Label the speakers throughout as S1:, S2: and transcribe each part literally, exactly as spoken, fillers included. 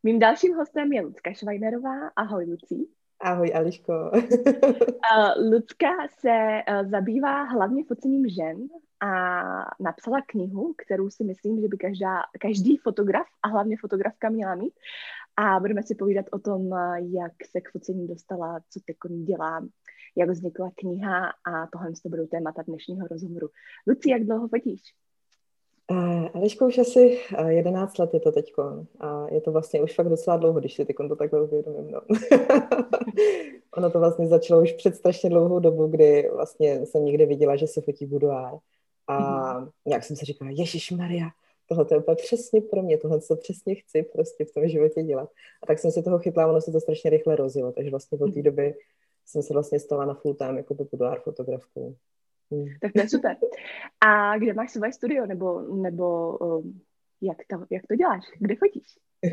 S1: Mým dalším hostem je Lucka Švajnerová. Ahoj, Lucí.
S2: Ahoj, Eliško.
S1: Uh, Lucka se uh, zabývá hlavně focením žen a napsala knihu, kterou si myslím, že by každá, každý fotograf a hlavně fotografka měla mít. A budeme si povídat o tom, jak se k focení dostala, co teď dělá, jak vznikla kniha a tohle to budou témata dnešního rozhovoru. Lucí, jak dlouho fotíš?
S2: Uh, Eliško, už asi jedenáct let je to teďko. A je to vlastně už fakt docela dlouho, když si teďko to takhle uvědomím. No. Ono to vlastně začalo už před strašně dlouhou dobu, kdy vlastně jsem někde viděla, že se fotí buduár. A mm. nějak jsem si říkala, ježišmarja, tohle je úplně přesně pro mě, tohle co přesně chci prostě v tom životě dělat. A tak jsem se toho chytla, ono se to strašně rychle rozjelo, takže vlastně od té doby jsem se vlastně stala na full time jako buduár fotografkou.
S1: Hmm. Tak to je super. A kde máš svoje studio, nebo, nebo um, jak, to, jak to děláš? Kde fotíš?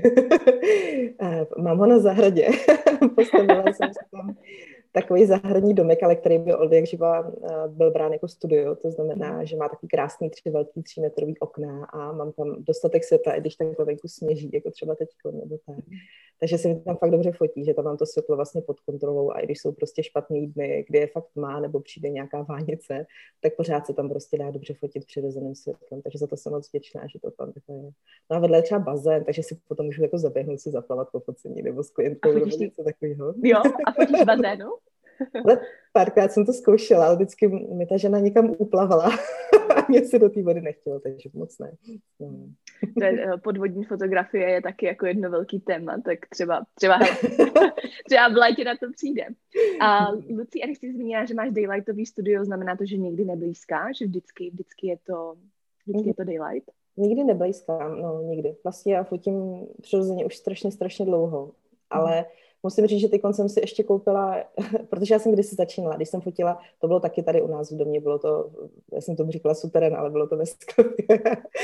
S2: Mám ho na zahradě. Postavila jsem si tam takový zahradní domek, ale který by od jak živa byl brán jako studio. To znamená, že má takový krásný tři velký třímetrový okna a mám tam dostatek světla, i když takhle venku sněží, jako třeba teďko, nebo tak. Takže se mi tam fakt dobře fotí, že tam mám to světlo vlastně pod kontrolou a i když jsou prostě špatný dny, kdy je fakt tma nebo přijde nějaká vánice, tak pořád se tam prostě dá dobře fotit přirozeným světlem. Takže za to jsem moc vděčná, že to tam takhle je. No a vedle je třeba bazén, takže si potom můžu jako zaběhnout si zaplavat po focení nebo s klientkou nebo něco takového.
S1: Jo, a fotíš v bazénu?
S2: Ale párkrát jsem to zkoušela, ale vždycky mi ta žena někam uplavala a mě se do té vody nechtělo, takže moc ne. No.
S1: To je, podvodní fotografie je taky jako jedno velký téma, tak třeba, třeba, třeba v létě na to přijde. A Lucí, a když jsi zmínila, že máš daylightový studio, znamená to, že nikdy neblízká, že vždycky, vždycky je to, vždycky je to daylight?
S2: Nikdy neblízkám, no nikdy. Vlastně já fotím přirozeně už strašně, strašně dlouho, ale musím říct, že teď jsem si ještě koupila, protože já jsem kdysi začínala, když jsem fotila, to bylo taky tady u nás v domě, bylo to, já jsem tomu říkala suterén, ale bylo to ve sklepě.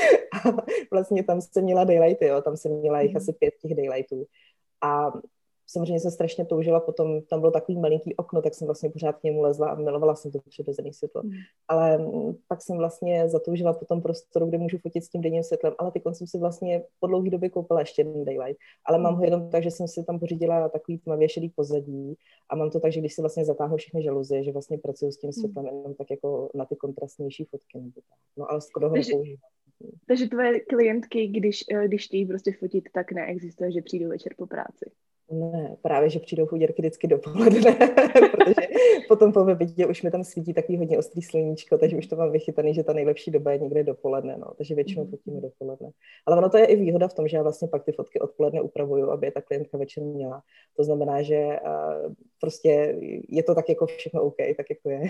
S2: A vlastně tam jsem měla daylighty, jo, tam jsem měla jich asi pět těch daylightů. A samozřejmě jsem strašně toužila, potom tam bylo takový malinký okno, tak jsem vlastně pořád k němu lezla a milovala jsem to přirozené světlo. Mm. Ale pak jsem vlastně zatoužila po tom prostoru, kde můžu fotit s tím denním světlem, ale teď jsem si vlastně po dlouhé době koupila ještě jeden daylight. Ale mám ho jenom tak, že jsem si tam pořídila takový tmavě šedý pozadí a mám to tak, že když si vlastně zatáhnu všechny žaluzie, že vlastně pracuju s tím světlem mm. jenom tak jako na ty kontrastnější fotky. Nebo tak. No ale skoro ho nepoužívám.
S1: Takže tvoje klientky, když, když chtějí prostě fotit, tak neexistuje, že přijdou večer po práci.
S2: Ne, právě, že přijdou chuděrky vždycky dopoledne, protože potom po obědě už mi tam svítí takový hodně ostrý sluníčko, takže už to mám vychytaný, že ta nejlepší doba je někde dopoledne, no, takže většinou mm. fotíme dopoledne. Ale ono to je i výhoda v tom, že já vlastně pak ty fotky odpoledne upravuju, aby je ta klientka večer měla. To znamená, že uh, prostě je to tak jako všechno OK, tak jako je.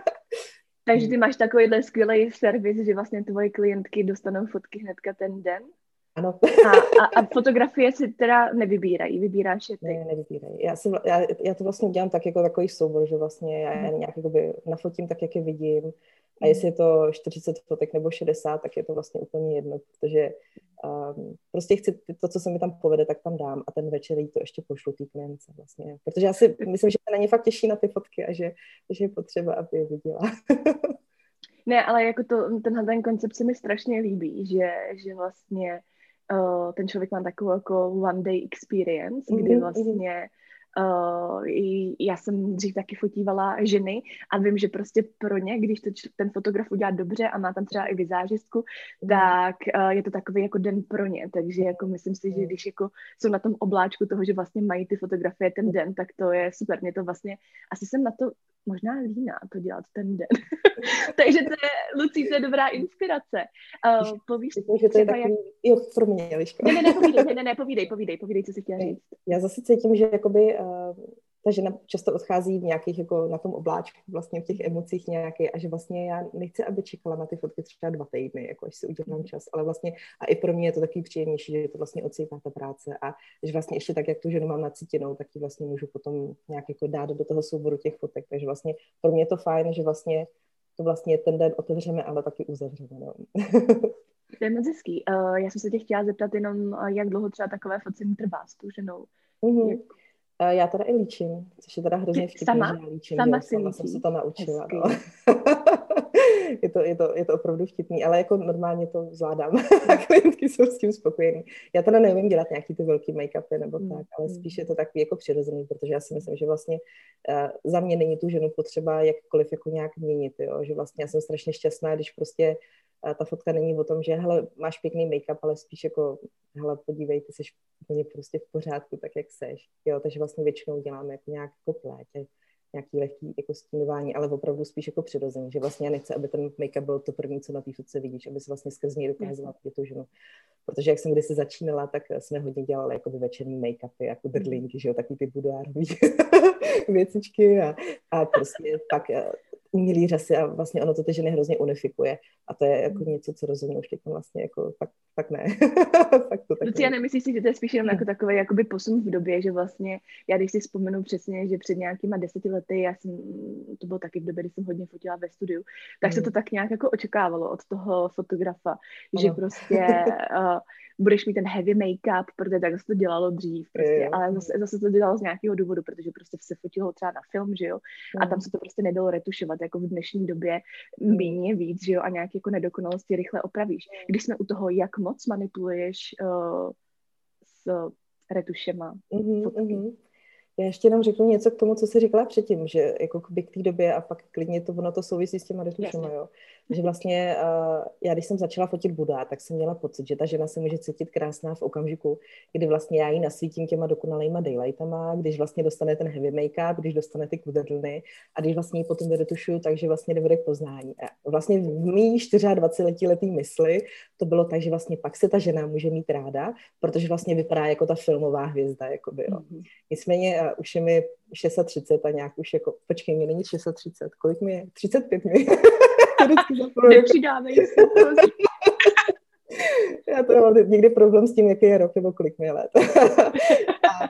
S1: Takže ty máš takovýhle skvělý servis, že vlastně tvoje klientky dostanou fotky hnedka ten den?
S2: Ano.
S1: A, a, a fotografie si teda nevybírají, vybíráš je ty?
S2: Ne, nevybírají. Já, si, já, já to vlastně dělám tak jako takový soubor, že vlastně já je nějak jakoby nafotím tak, jak je vidím. A jestli je to čtyřicet fotek nebo šedesát, tak je to vlastně úplně jedno, protože um, prostě chci to, co se mi tam povede, tak tam dám a ten večer jí to ještě pošlu té klientce vlastně. Protože já si myslím, že se na ně fakt těší na ty fotky a že, že je potřeba, aby je viděla.
S1: Ne, ale jako to, tenhle ten koncept se mi strašně líbí, že, že vlastně Uh, ten člověk má takovou jako one day experience, mm-hmm. kdy vlastně uh, já jsem dřív taky fotívala ženy a vím, že prostě pro ně, když to ten fotograf udělá dobře a má tam třeba i vizážistku, mm-hmm. tak uh, je to takový jako den pro ně, takže jako myslím si, že když jako jsou na tom obláčku toho, že vlastně mají ty fotografie ten den, tak to je super, mě to vlastně, asi jsem na to možná líná to dělat ten den. Takže to je, Lucí, to je dobrá inspirace. Uh, povíš
S2: Myslím, že to je takový, jak... jo, pro mě, Eliško.
S1: Ne, ne, ne, povídej, ne, ne, ne, povídej, povídej, povídej, co jsi chtěla říct.
S2: Já zase cítím, že jakoby uh, ta žena často odchází v nějakých, jako na tom obláčku, vlastně v těch emocích nějaké a že vlastně já nechci, aby čekala na ty fotky třeba dva týdny, jako až si udělám čas, ale vlastně a i pro mě je to takový příjemnější, že to vlastně odsýpá ta práce a že vlastně ještě tak, jak tu ženu mám nacítěnou, tak ji vlastně můžu potom nějak jako dát do toho souboru těch fotek, takže vlastně pro mě je to fajn, že vlastně to vlastně ten den otevřeme, ale taky uzavřeme. No.
S1: To je moc hezký. Uh, já jsem se tě chtěla zeptat jenom, jak dlouho třeba takové focení trvá s tou ženou.
S2: Mm-hmm.
S1: Jak...
S2: Uh, já teda i líčím, což je teda hrozně vtipné,
S1: sama?
S2: že já líčím.
S1: Sama,
S2: jo,
S1: si
S2: sama jsem se to naučila. No. je, to, je, to, je to opravdu vtipný, ale jako normálně to zvládám a klientky jsou s tím spokojení. Já teda neumím dělat nějaký ty velký make-upy nebo
S1: Mm.
S2: tak, ale spíš je to takový jako přirozený, protože já si myslím, že vlastně uh, za mě není tu ženu potřeba jakkoliv jako nějak měnit, jo? Že vlastně já jsem strašně šťastná, když prostě uh, ta fotka není o tom, že hele, máš pěkný make-up, ale spíš jako hele, podívej, ty jsi úplně prostě v pořádku, tak jak seš, jo? Takže vlastně většinou děláme jako nějak jako plétě, nějaký lehký jako stínování, ale opravdu spíš jako přirozený, že vlastně já nechci, aby ten make-up byl to první, co na té fotce vidíš, aby se vlastně skrz něj dokázala vidět tu ženu. Protože jak jsem kdysi začínala, tak jsme hodně dělali jako večerní make-upy, jako drlinky, že jo, takový ty budoárový věcičky a, a prostě pak umělý řasy a vlastně ono to ty ženy hrozně unifikuje a to je jako něco, co rozumím už teď vlastně jako fakt, fakt ne. Fakt to tak
S1: Lucia, nemyslíš si, že to je spíš jenom jako takový jakoby posun v době, že vlastně, já když si vzpomenu přesně, že před nějakýma deseti lety, já jsem, to bylo taky v době, kdy jsem hodně fotila ve studiu, tak mm. se to tak nějak jako očekávalo od toho fotografa, že ano. prostě uh, budeš mít ten heavy make-up, protože tak se to dělalo dřív, prostě, ale zase, zase to dělalo z nějakého důvodu, protože prostě se fotilo třeba na film, že jo, mm. a tam se to prostě nedalo retušovat, jako v dnešní době méně víc, že jo, a nějaké jako nedokonalosti rychle opravíš. Když jsme u toho, jak moc manipuluješ uh, s retušema
S2: mm-hmm,
S1: fotky.
S2: Mm-hmm. Já ještě jenom řeknu něco k tomu, co jsi říkala předtím, že jako k té době a pak klidně to, ono to souvisí s těma retušema, jo. Že vlastně uh, já, když jsem začala fotit Buddha, tak jsem měla pocit, že ta žena se může cítit krásná v okamžiku, kdy vlastně já ji nasvítím těma dokonalýma daylightama, když vlastně dostane ten heavy make-up, když dostane ty kudrlny a když vlastně ji potom vyretušuju, takže vlastně nevede k poznání. A vlastně v mý dvacetičtyřletý mysli to bylo tak, že vlastně pak se ta žena může mít ráda, protože vlastně vypadá jako ta filmová hvězda, jakoby, jo. Mm-hmm. Nicméně uh, už je mi třicet šest a nějak už jako, počkej, mě není třicet šest, kolik mi je? třicet pět mi je.
S1: Nepřidávej se.
S2: Já to mám někdy problém s tím, jaký je rok nebo kolik mi je let. a,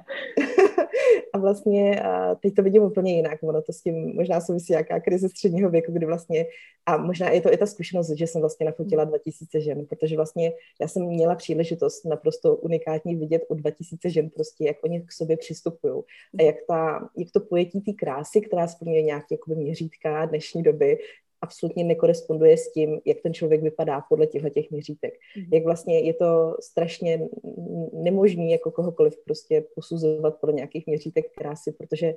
S2: a vlastně a teď to vidím úplně jinak. Ono to s tím možná souvisí jaká krize středního věku, kdy vlastně, a možná je to i ta zkušenost, že jsem vlastně nafotila dva tisíce žen, protože vlastně já jsem měla příležitost naprosto unikátní vidět u dva tisíce žen prostě, jak oni k sobě přistupují a jak, ta, jak to pojetí té krásy, která splňuje nějaké jakoby měřítka dnešní doby, absolutně nekoresponduje s tím, jak ten člověk vypadá podle těchto těch měřítek. Mm. Jak vlastně je to strašně nemožný jako kohokoliv prostě posuzovat podle nějakých měřítek krásy, protože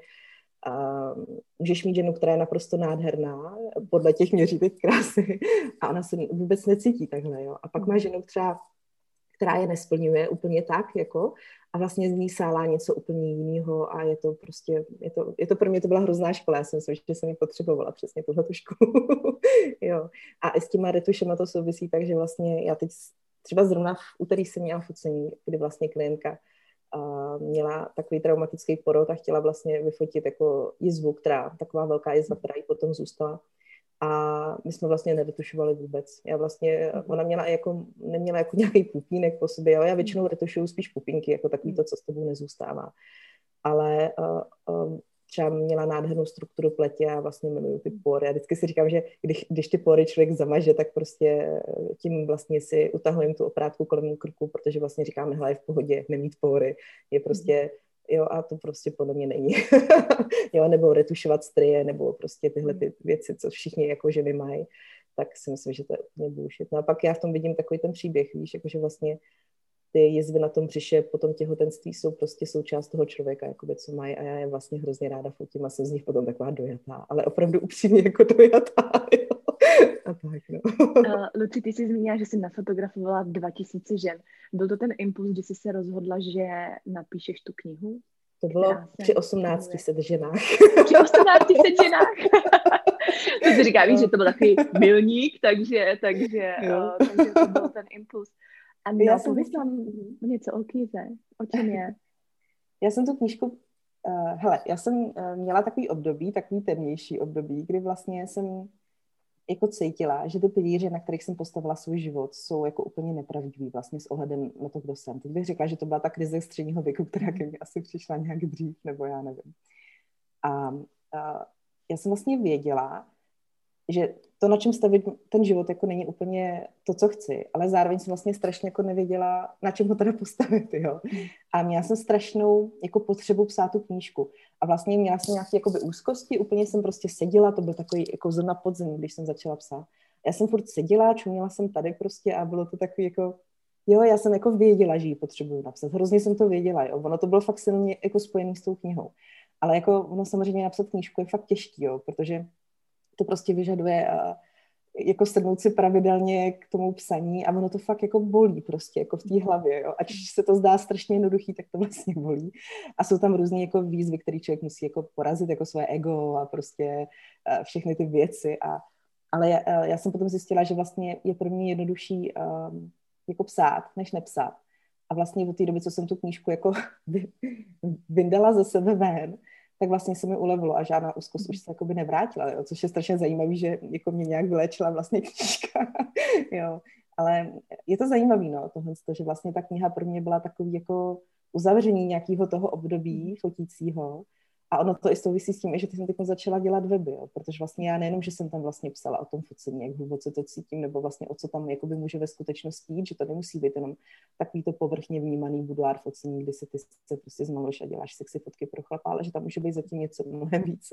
S2: uh, můžeš mít ženu, která je naprosto nádherná podle těch měřítek krásy a ona se vůbec necítí takhle, jo. A pak má ženu třeba, která je nesplňuje úplně tak, jako, a vlastně z ní sálá něco úplně jiného a je to prostě, je to, je to pro mě to byla hrozná škola, já si myslím, že jsem ji potřebovala přesně tuhletu školu. Jo. A i s těma retušema to souvisí tak, že vlastně já teď třeba zrovna v úterý jsem měla focení, kdy vlastně klientka uh, měla takový traumatický porod a chtěla vlastně vyfotit jako jizvu, která, taková velká jizva, která jí potom zůstala. A my jsme vlastně neretušovali vůbec. Já vlastně, ona měla jako, neměla jako nějaký pupínek po sobě, ale já většinou retušuju spíš pupínky, jako takový to, co s tebou nezůstává. Ale uh, uh, třeba měla nádhernou strukturu pletě a vlastně miluju ty pory. A vždycky si říkám, že když, když ty pory člověk zamaže, tak prostě tím vlastně si utahujem tu oprátku kolem krku, protože vlastně říkáme, hele, je v pohodě nemít pory. Je prostě jo, a to prostě podle mě není. Jo, nebo retušovat strie, nebo prostě tyhle ty věci, co všichni jako ženy mají, tak si myslím, že to je úplně bullshit. No a pak já v tom vidím takový ten příběh, víš, jakože vlastně ty jizvy na tom břiše po tom těhotenství jsou prostě součást toho člověka, jakoby, co mají a já je vlastně hrozně ráda fotím a jsem z nich potom taková dojatá, ale opravdu upřímně jako dojatá, jo. A tak, no.
S1: Uh, Luci, ty jsi zmínila, že jsi nafotografovala dva tisíce žen. Byl to ten impuls, kdy jsi se rozhodla, že napíšeš tu knihu?
S2: To bylo při osmnácti set ženách.
S1: Při osmnácti set ženách. To si říká, víš, že to byl takový milník, takže, takže, uh, takže to byl ten impuls. A já jsem myslím něco o knize. O čem je?
S2: Já jsem tu knížku, uh, hele, já jsem uh, měla takový období, takový temnější období, kdy vlastně jsem jako cítila, že ty pilíře, na kterých jsem postavila svůj život, jsou jako úplně nepravdivý vlastně s ohledem na to, kdo jsem. Teď bych řekla, že to byla ta krize středního věku, která ke mně asi přišla nějak dřív, nebo já nevím. A, a já jsem vlastně věděla, že to, na čem stavit ten život, jako není úplně to, co chci, ale zároveň jsem vlastně strašně jako nevěděla, na čem ho teda postavit, jo. A měla jsem strašnou jako potřebu psát tu knížku. A vlastně měla jsem nějaké jakoby úzkosti, úplně jsem prostě seděla, to byl takový jako zrna podzim, když jsem začala psát. Já jsem furt seděla, čuměla jsem tady prostě a bylo to takový jako, jo, já jsem jako věděla, že ji potřebuju napsat. Hrozně jsem to věděla, jo. Ono to bylo fakt silně jako spojený s tou knihou. Ale jako ono samozřejmě napsat knížku je fakt těžký, jo, protože to prostě vyžaduje uh, jako sednout si pravidelně k tomu psaní a ono to fakt jako bolí prostě jako v té hlavě, jo. Ať se to zdá strašně jednoduchý, tak to vlastně bolí. A jsou tam různé jako výzvy, které člověk musí jako porazit, jako své ego a prostě uh, všechny ty věci. A, ale já, uh, já jsem potom zjistila, že vlastně je pro mě jednodušší um, jako psát, než nepsat. A vlastně od té doby, co jsem tu knížku jako vyndala ze sebe ven, tak vlastně se mi ulevilo a žádná úzkost už se jakoby nevrátila, jo, což je strašně zajímavý, že jako mě nějak vyléčila vlastně knížka, jo. Ale je to zajímavý, no, tohle, že vlastně ta kniha pro mě byla takový jako uzavření nějakého toho období fotícího. A ono to i souvisí s tím, že jsem teď začala dělat weby, jo, protože vlastně já nejenom, že jsem tam vlastně psala o tom focení, jak hluboce to cítím, nebo vlastně o co tam jakoby může ve skutečnosti jít, že to nemusí být jenom takový to povrchně vnímaný buduár focení, kdy se ty se prostě zmaluješ a děláš sexy fotky pro chlapa, ale že tam může být zatím něco mnohem víc.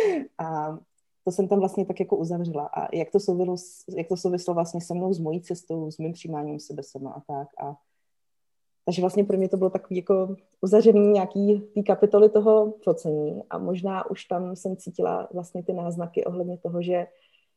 S2: A to jsem tam vlastně tak jako uzavřela. A jak to souvislo, jak to souvislo vlastně se mnou, s mojí cestou, s mým přijímáním sebe sama a tak. A takže vlastně pro mě to bylo takový jako uzavření nějaký té kapitoly toho focení a možná už tam jsem cítila vlastně ty náznaky ohledně toho, že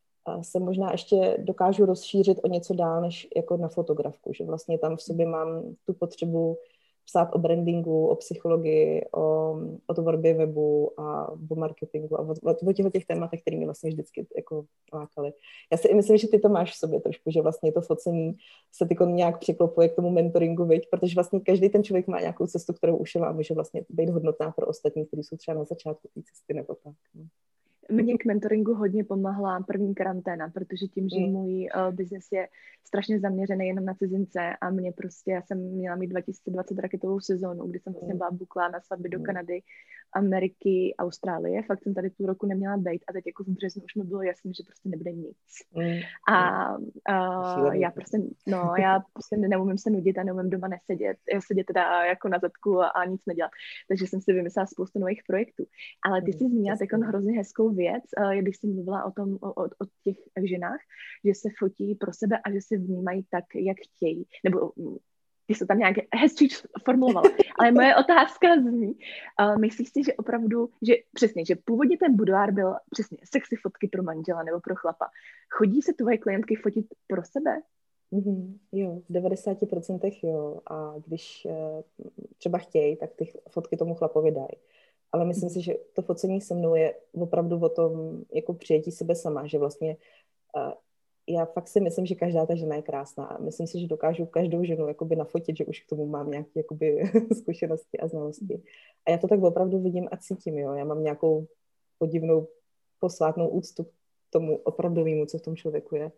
S2: se možná ještě dokážu rozšířit o něco dál, než jako na fotografku, že vlastně tam v sobě mám tu potřebu psát o brandingu, o psychologii, o, o tvorbě webu a o marketingu a o, o těchto těch tématech, které mě vlastně vždycky jako lákaly. Já si myslím, že ty to máš v sobě trošku, že vlastně to focení se tyko nějak přiklopuje k tomu mentoringu, viď? Protože vlastně každý ten člověk má nějakou cestu, kterou ušel a může vlastně být hodnotná pro ostatní, kteří jsou třeba na začátku té cesty nebo tak. No.
S1: Mně k mentoringu hodně pomáhla první karanténa, protože tím, že mm. můj uh, biznes je strašně zaměřený jenom na cizince a mě prostě, já jsem měla mít dva tisíce dvacet raketovou sezónu, kdy jsem vlastně byla buklá na svatby do Kanady, Ameriky, Austrálie. Fakt jsem tady půl roku neměla být a teď jako v březnu už mi bylo jasné, že prostě nebude nic. Mm. A uh, já prostě, no, já prostě neumím se nudit a neumím doma nesedět. Já sedět teda jako na zadku a, a nic nedělat. Takže jsem si vymyslela spoustu nových projektů. Ale ty jsi zmínila takovou hrozně hezkou věc, když jsem mluvila o tom, o, o těch ženách, že se fotí pro sebe a že se vnímají tak, jak chtějí. Nebo ty jsi tam nějak hezčí formulovala. Ale moje otázka zní, uh, myslíš si, že opravdu, že přesně, že původně ten budoár byl přesně sexy fotky pro manžela nebo pro chlapa. Chodí se tvoje klientky fotit pro sebe?
S2: Mm-hmm, jo, v devadesáti procentech jo. A když uh, třeba chtějí, tak ty fotky tomu chlapovi dají. Ale myslím si, že to focení se mnou je opravdu o tom jako přijetí sebe sama, že vlastně uh, já fakt si myslím, že každá ta žena je krásná a myslím si, že dokážu každou ženu jakoby nafotit, že už k tomu mám nějaké jakoby zkušenosti a znalosti. A já to tak opravdu vidím a cítím, jo. Já mám nějakou podivnou posvátnou úctu k tomu opravdovému, co v tom člověku je.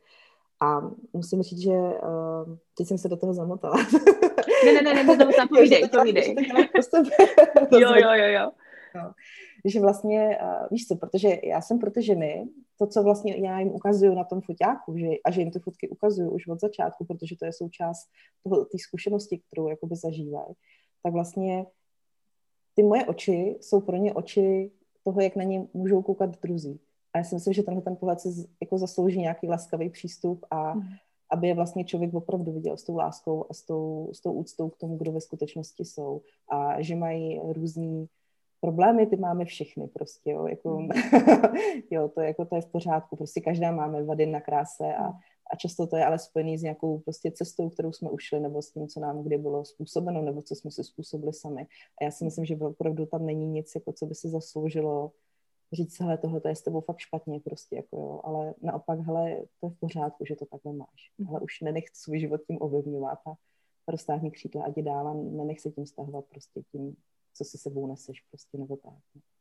S2: A musím říct, že uh, teď jsem se do toho zamotala.
S1: Ne, ne, ne, ne, nezamotala, povídej, povídej. Jo, jo, jo, jo.
S2: No. Že vlastně, uh, víš co, protože já jsem pro ty ženy, to, co vlastně já jim ukazuju na tom foťáku, že, a že jim ty fotky ukazuju už od začátku, protože to je součást toho, té zkušenosti, kterou jakoby zažívají, tak vlastně ty moje oči jsou pro ně oči toho, jak na ně můžou koukat druzí. A já si myslím, že tenhle ten pohled se jako zaslouží nějaký laskavý přístup a mm. aby je vlastně člověk opravdu viděl s tou láskou a s tou, s tou úctou k tomu, kdo ve skutečnosti jsou. A že mají různý problémy, ty máme všechny prostě, jo, jako, mm. jo, to je, jako, to je v pořádku, prostě každá máme vady na kráse a, a často to je ale spojený s nějakou prostě cestou, kterou jsme ušli, nebo s tím, co nám kdy bylo způsobeno, nebo co jsme si způsobili sami. A já si myslím, že opravdu tam není nic, jako, co by si zasloužilo říct, hele, tohle je s tebou fakt špatně, prostě, jako jo, ale naopak, hele, to je v pořádku, že to takhle máš. Ale už nenech svůj život tím ovlivňovat a roztáhni křídla, ať je dál a nenech se tím stahovat prostě tím, co si sebou neseš, prostě, nebo tak.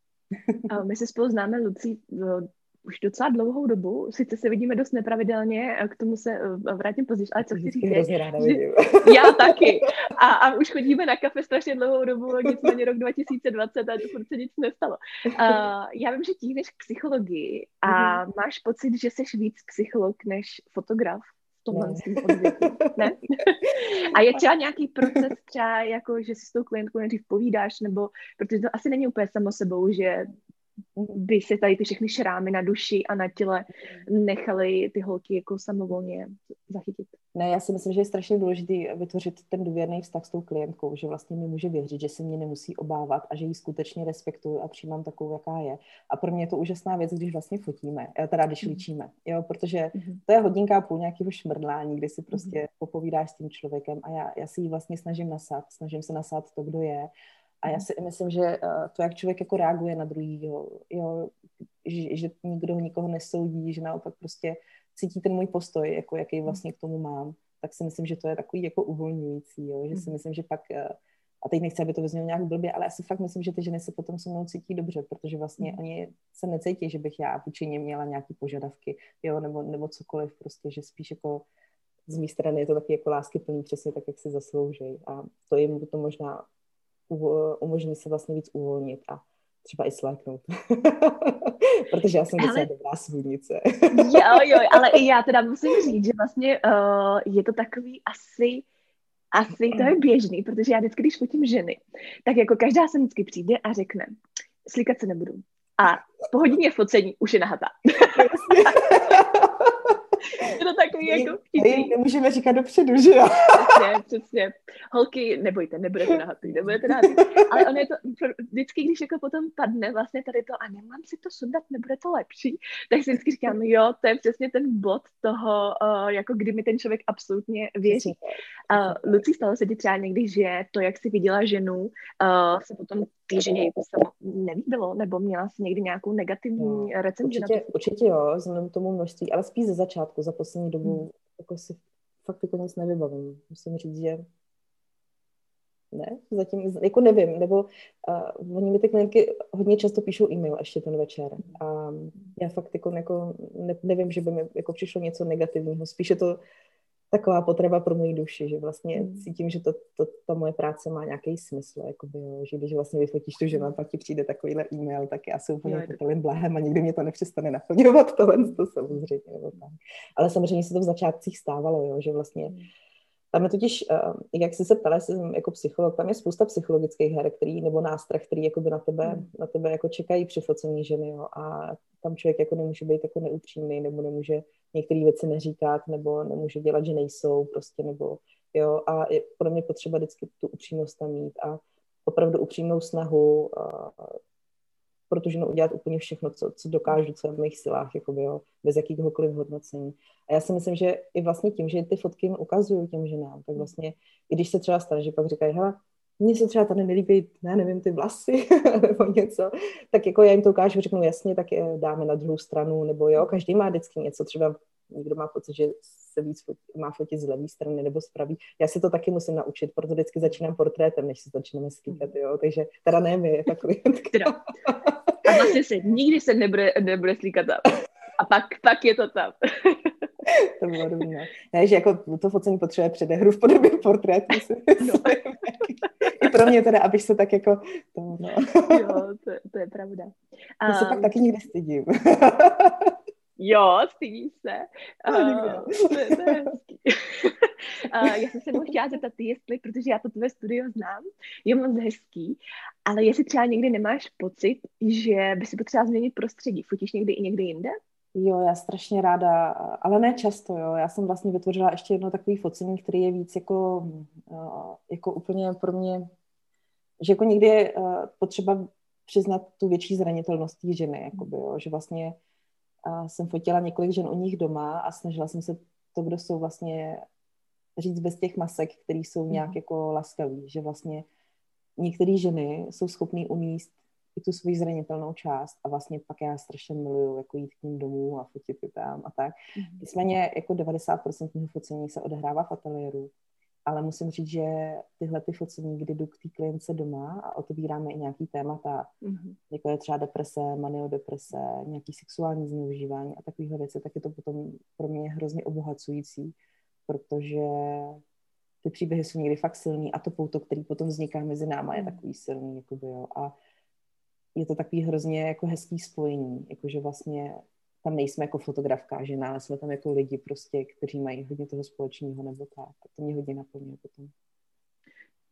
S1: A my se spolu známe, Lucí, už docela dlouhou dobu, sice se vidíme dost nepravidelně, k tomu se vrátím později, ale co chci říct je, že já taky. A, a už chodíme na kafe strašně dlouhou dobu, nicméně rok dva tisíce dvacet a furt se nic nestalo. Uh, já vím, že tíhneš k psychologii a mm-hmm. máš pocit, že jsi víc psycholog než fotograf v tomhle odvětví, ne? A je třeba nějaký proces třeba, jako, že si s tou klientkou nejdřív povídáš, nebo, protože to asi není úplně samo sebou, že by se tady ty všechny šrámy na duši a na těle nechaly ty holky jako samovolně zachytit.
S2: Ne, já si myslím, že je strašně důležité vytvořit ten důvěrný vztah s tou klientkou, že vlastně mi může věřit, že se mě nemusí obávat a že ji skutečně respektuju a přijímám takovou, jaká je. A pro mě je to úžasná věc, když vlastně fotíme, teda když líčíme, jo, protože to je hodinka a půl nějakého šmrdlání, kdy si prostě popovídáš s tím člověkem a já, já si ji vlastně snažím nasát, snažím se nasát to, kdo je. A já si myslím, že to, jak člověk jako reaguje na druhýho, jo, že, že nikdo nikoho nesoudí, že naopak prostě cítí ten můj postoj, jako jaký vlastně k tomu mám, tak si myslím, že to je takový jako uvolňující, jo, že si myslím, že pak, a teď nechci, aby to vyznělo nějak blbě, ale já si fakt myslím, že ty ženy se potom se mnou cítí dobře, protože vlastně ani se necítí, že bych já vůči nim měla nějaký požadavky, jo, nebo, nebo cokoliv prostě, že spíš jako z mé strany je to taky jako láskyplný, přesně tak, jak si zasloužej a to jim to možná umožní se vlastně víc uvolnit a třeba i sléknout. Protože já jsem docela ale... dobrá svůdnice.
S1: jo, jo, ale i já teda musím říct, že vlastně uh, je to takový asi, asi to je běžný, protože já vždycky, když fotím ženy, tak jako každá se vždycky přijde a řekne, slíkat se nebudu. A po hodině focení už je nahatá. Je to takový jako vtipný.
S2: Nemůžeme říkat dopředu, že jo?
S1: Přesně, přesně. Holky, nebojte, nebudete nahatý, nebudete nahatý. Ale ono je to, vždycky, když jako potom padne vlastně tady to, a nemám si to sundat, nebude to lepší, tak si vždycky říkám, jo, to je přesně ten bod toho, uh, jako kdy mi ten člověk absolutně věří. Uh, Lucí, stalo se ti třeba někdy, že to, jak jsi viděla ženu, uh, se potom té ženě jako samo nelíbilo, nebo měla jsi někdy nějakou negativní no, recenzi?
S2: Určitě, určitě jo, vzhledem tomu množství, ale spíš ze začátku, za poslední dobu hmm. jako si fakt jako nic nevybavím. Musím říct, že ne, zatím, jako nevím, nebo uh, oni mi ty klientky hodně často píšou e-mail ještě ten večer a já fakt jako, jako ne, nevím, že by mi jako přišlo něco negativního, spíš je to taková potřeba pro moji duši, že vlastně mm. cítím, že to, to, ta moje práce má nějaký smysl, jakoby, jo, že když vlastně vyfotíš tu ženu a pak ti přijde takovýhle e-mail, tak já se úplně potelím blahem a nikdy mě to nepřestane naplňovat tohle, to samozřejmě, nebo tak. Ale samozřejmě se to v začátcích stávalo, jo, že vlastně mm. tam je totiž, jak jsi se ptala, jsem jako psycholog, tam je spousta psychologických her, který, nebo nástrah, který jakoby na tebe, mm. na tebe jako čekají při focení ženy, jo, a tam člověk jako nemůže být jako neupřímný, nebo nemůže některé věci neříkat, nebo nemůže dělat, že nejsou, prostě, nebo jo, a je pro mě potřeba vždycky tu upřímnost tam mít a opravdu upřímnou snahu a, protože no, udělat úplně všechno, co, co dokážu, co je v mých silách, jakoby, jo, bez jakýhokoliv hodnocení. A já si myslím, že i vlastně tím, že ty fotky jim ukazuju těm ženám, tak vlastně, i když se třeba stane, že pak říkají, hele, mně se třeba tady nelíbí, ne, nevím, ty vlasy, nebo něco, tak jako já jim to ukážu, řeknu jasně, tak je dáme na druhou stranu, nebo jo, každý má vždycky něco, třeba někdo má pocit, že se víc fotí, má fotit z levé strany nebo z pravé. Já se to taky musím naučit, proto vždycky začínám portrétem, než se začneme skýkat, jo, takže teda ne my, ta klientka.
S1: A vlastně se nikdy se nebude, nebude slíkat tam. A pak, pak je to tam.
S2: To bylo dobré. Ne, že jako to focení potřebuje předehru v podobě portrétu. No. I pro mě teda, abych se tak jako... To, no.
S1: Jo, to, to je pravda.
S2: Já um, se pak taky někdy stydím.
S1: Jo, stydím se. Uh, to, je, to je hezký. uh, já jsem se mu chtěla zeptat, ty jestli, protože já to tvé studio znám, je moc hezký, ale jestli třeba někdy nemáš pocit, že by si potřeba změnit prostředí. Fotíš někdy i někdy jinde?
S2: Jo, já strašně ráda, ale ne často, jo. Já jsem vlastně vytvořila ještě jedno takový focení, který je víc jako, jako úplně pro mě, že jako někdy je potřeba přiznat tu větší zranitelnost té ženy, jakoby, jo. Že vlastně jsem fotila několik žen u nich doma a snažila jsem se to, kdo jsou vlastně říct bez těch masek, které jsou nějak mm. jako laskavý, že vlastně některé ženy jsou schopné umíst i tu svoji zranitelnou část a vlastně pak já strašně miluju jako jít k ním domů a fotit je tam a tak. Mm. Nicméně jako devadesát procent mého focení se odehrává v ateliéru, ale musím říct, že tyhle ty focení, kdy jdu k té klientce doma a otevíráme i nějaký témata, mm. jako je třeba deprese, maniodeprese, nějaký sexuální zneužívání a takovýhle věci, tak je to potom pro mě hrozně obohacující, protože ty příběhy jsou někdy fakt silný a to pouto, který potom vzniká mezi náma, je takový silný, jakoby, jo. A je to takový hrozně jako hezký spojení, jakože vlastně tam nejsme jako fotografka žena, ale jsme tam jako lidi prostě, kteří mají hodně toho společného nebo tak. To mě hodně naplňuje potom.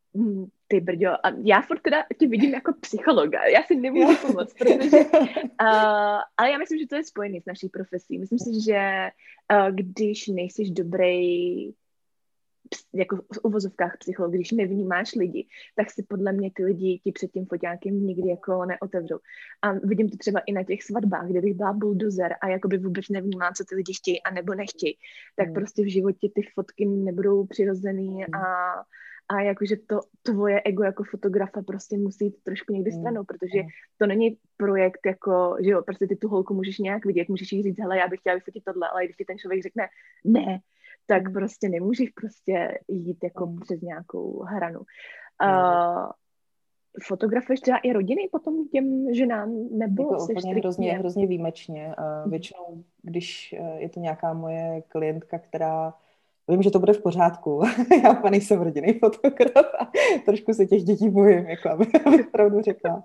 S1: Mm, ty brďo, a já furt teda tě vidím jako psychologa, já si nemůžu pomoct, protože, uh, ale já myslím, že to je spojený s naší profesí. Myslím si, že uh, když nejsiš dobrý, jako v uvozovkách psycholog, když nevnímáš lidi, tak si podle mě ty lidi ti před tím foťákem nikdy jako neotevřou. A vidím to třeba i na těch svatbách, kde bych byla bulldozer a jakoby vůbec nevnímám, co ty lidi chtějí a nebo nechtějí, tak mm. prostě v životě ty fotky nebudou přirozený mm. a a jakože to tvoje ego jako fotografa prostě musí jít trošku někdy stranou, protože to není projekt jako, že jo, prostě ty tu holku můžeš nějak vidět, můžeš jí říct, hele, já bych chtěla vyfotit tohle, ale když ti ten člověk řekne ne, tak prostě nemůžeš prostě jít jako mm. přes nějakou hranu. Uh, fotografuješ třeba i rodiny potom těm ženám, nebo
S2: jako
S1: jsi
S2: úplně hrozně, hrozně výjimečně. Uh, mm. Většinou, když uh, je to nějaká moje klientka, která vím, že to bude v pořádku. Já pa nejsem rodinný fotograf a trošku se těch dětí bojím, jako aby, abych pravdu řekla.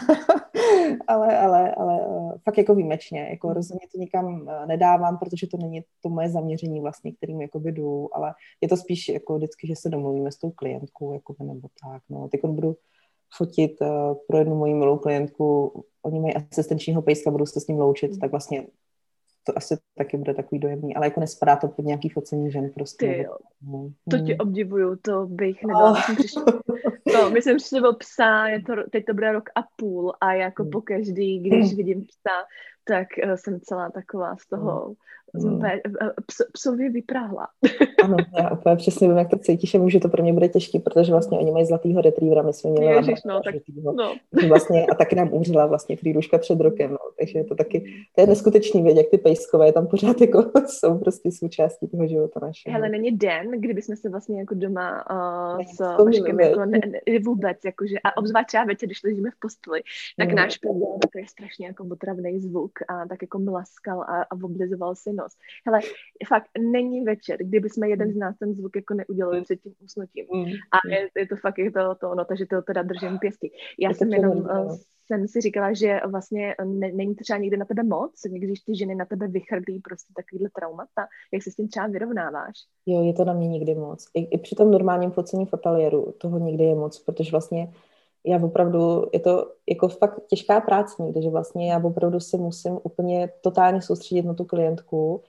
S2: ale, ale, ale fakt jako výjimečně. Jako rozhodně to nikam nedávám, protože to není to moje zaměření vlastně, kterým jakoby jdu, ale je to spíš jako vždycky, že se domluvíme s tou klientkou, jakoby, nebo tak. No. Teď budu fotit uh, pro jednu moji milou klientku, oni mají asistenčního pejska, budu se s ním loučit, tak vlastně to asi taky bude takový dojemný, ale jako nespadá to pod nějaký focení žen prostě.
S1: Ty jo. Hmm. To tě obdivuju, to bych nedala. Oh. Myslím, no, my jsem přišli o psa, je to, teď to bude rok a půl a jako hmm. pokaždý, když vidím psa, tak uh, jsem celá taková z toho, hmm. ps, psově vypráhla.
S2: Ano, já úplně přesně vím, jak to cítíš a vím, že to pro mě bude těžké, protože vlastně oni mají zlatýho retrievera, my jsme měli
S1: Ježiš, no, tak, no.
S2: Vlastně, a taky nám umřela vlastně Frýduška před rokem, no, takže je to taky, to je neskutečný věc, jak ty pejskové tam pořád jako jsou prostě součástí toho života našeho.
S1: Hele, není den, kdyby jsme se vlastně jako doma uh, s Vaškem jako ne, ne, vůbec, jakože, a obzvlášť třeba večer, když ležíme v posteli, tak no. náš pes dělal takový strašně jako otravný zvuk a tak jako mlaskal a, a oblizoval si nos. Hele, fakt není večer, kdyby jsme jeden z nás ten zvuk jako neudělali před tím usnutím. Mm. A je, je to fakt je to, to ono, takže to teda držím pěstí. Já je jsem jenom uh, jsem si říkala, že vlastně ne, není to třeba někde na tebe moc, když ty ženy na tebe vychrlí prostě takovýhle traumata, jak se s tím třeba vyrovnáváš?
S2: Jo, je to na mě nikdy moc. I, i při tom normálním focení v ateliéru toho nikdy je moc, protože vlastně já opravdu, je to jako fakt těžká práce někde, že vlastně já opravdu se musím úplně totálně soustředit na tu klientku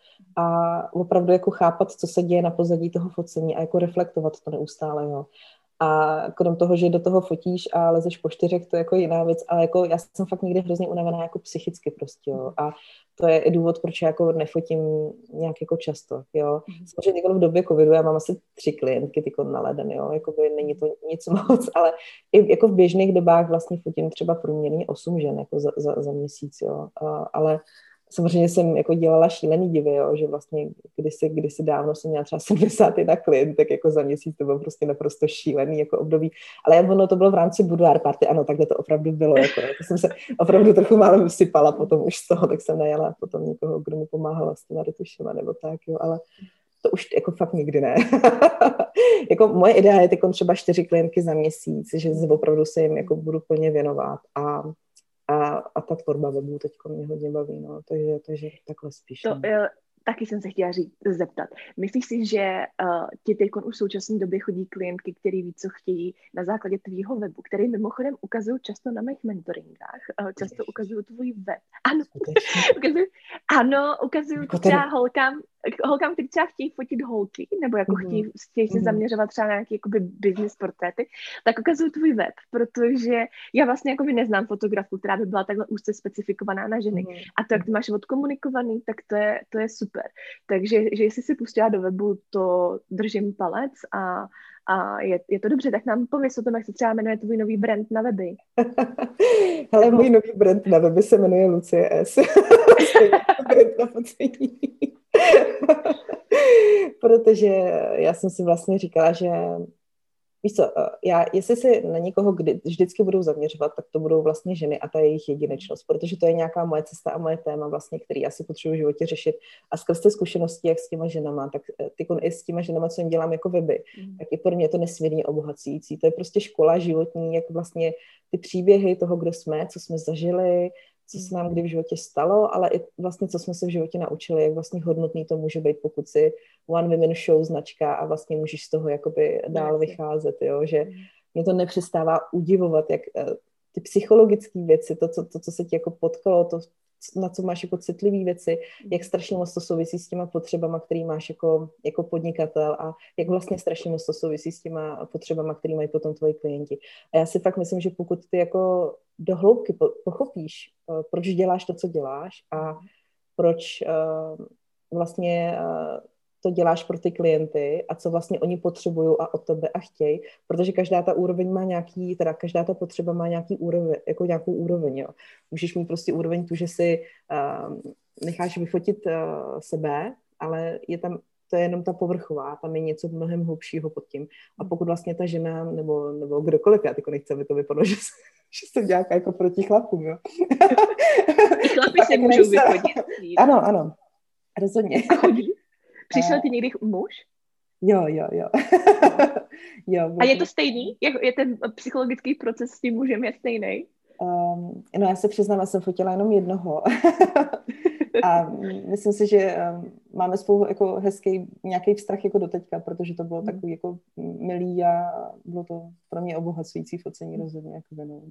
S2: a opravdu jako chápat, co se děje na pozadí toho focení a jako reflektovat to neustále, jo. A krom toho, že do toho fotíš a lezeš po čtyřech, to je jako jiná věc, ale jako já jsem fakt někdy hrozně unavená jako psychicky prostě, jo. A to je i důvod, proč já jako nefotím nějak jako často, jo. Samozřejmě v době covidu já mám asi tři klientky tyko na leden, jo, jakoby není to nic moc, ale i jako v běžných dobách vlastně fotím třeba průměrně osm žen jako za, za, za měsíc, jo. A, ale samozřejmě jsem jako dělala šílený divy, jo, že vlastně kdysi, kdysi dávno jsem měla třeba sedmdesát jedna klientek jako za měsíc, to bylo prostě naprosto šílený jako období, ale ono to bylo v rámci boudoir party, ano, takhle to opravdu bylo, jako, jako jsem se opravdu trochu málo vysypala potom už z toho, tak jsem najala potom někoho, kdo mi pomáhal s těma retušema nebo tak, jo, ale to už jako fakt nikdy ne. Jako moje idea je teď třeba čtyři klientky za měsíc, že opravdu se jim jako budu plně věnovat a A, a ta tvorba webu teďko mě hodně baví, no, takže, takže takhle spíš.
S1: To, uh, taky jsem se chtěla říct, zeptat. Myslíš si, že uh, ti teď už v současné době chodí klientky, který ví, co chtějí na základě tvýho webu, který mimochodem ukazují často na mých mentoringách, uh, často ukazují tvůj web. Ano, ukazují, ano, ukazují třeba holkám, holkám, kteří třeba chtějí fotit holky, nebo jako mm-hmm. chtějí, chtějí se mm-hmm. zaměřovat třeba na nějaký jakoby business portréty, tak ukazují tvůj web, protože já vlastně jakoby neznám fotografku, která by byla takhle úzce specifikovaná na ženy. Mm-hmm. A to, jak ty máš odkomunikovaný, tak to je, to je super. Takže že jestli si pustila do webu, to držím palec a, a je, je to dobře, tak nám pověs o tom, jak se třeba jmenuje tvůj nový brand na weby.
S2: Hele, můj nový brand na weby se jmenuje Lucie S. Protože já jsem si vlastně říkala, že víš co, já, jestli si na někoho kdy, vždycky budou zaměřovat, tak to budou vlastně ženy a ta jejich jedinečnost, protože to je nějaká moje cesta a moje téma vlastně, který asi potřebuji v životě řešit a skrz ty zkušenosti, jak s těma ženama, tak ty i s těma ženama, co jim dělám jako weby, mm. tak i pro mě je to nesmírně obohacující. To je prostě škola životní, jak vlastně ty příběhy toho, kdo jsme, co jsme zažili, co se nám kdy v životě stalo, ale i vlastně, co jsme se v životě naučili, jak vlastně hodnotný to může být, pokud si one woman show značka a vlastně můžeš z toho jakoby dál vycházet, jo, že mě to nepřestává udivovat, jak ty psychologické věci, to co, to, co se ti jako potkalo, to, na co máš jako citlivý věci, jak strašně moc to souvisí s těma potřebama, který máš jako, jako podnikatel a jak vlastně strašně moc to souvisí s těma potřebama, který mají potom tvoji klienti. A já si fakt myslím, že pokud ty jako do hloubky pochopíš, proč děláš to, co děláš a proč uh, vlastně uh, to děláš pro ty klienty a co vlastně oni potřebují a od tebe a chtějí, protože každá ta úroveň má nějaký, teda každá ta potřeba má nějaký úroveň, jako nějakou úroveň, jo. Můžeš mít prostě úroveň tu, že si uh, necháš vyfotit uh, sebe, ale je tam, to je jenom ta povrchová, tam je něco mnohem hlubšího pod tím. A pokud vlastně ta žena, nebo, nebo kdokoliv, já tyko nechci, aby to vypadalo, že, že jsem nějaká jako proti chlapům, jo.
S1: I chlapi se můžou vyfotit.
S2: Ano, ano, rozhodně.
S1: A chodí? Přišel ti někdy muž?
S2: Jo, jo, jo. jo
S1: a je to stejný? Je, je ten psychologický proces s tím mužem je stejný?
S2: Um, no já se přiznám, já jsem fotila jenom jednoho. a myslím si, že um, máme spolu jako hezký nějaký vztah jako doteďka, protože to bylo takový jako milý a bylo to pro mě obohacující focení rozhodně jako venou.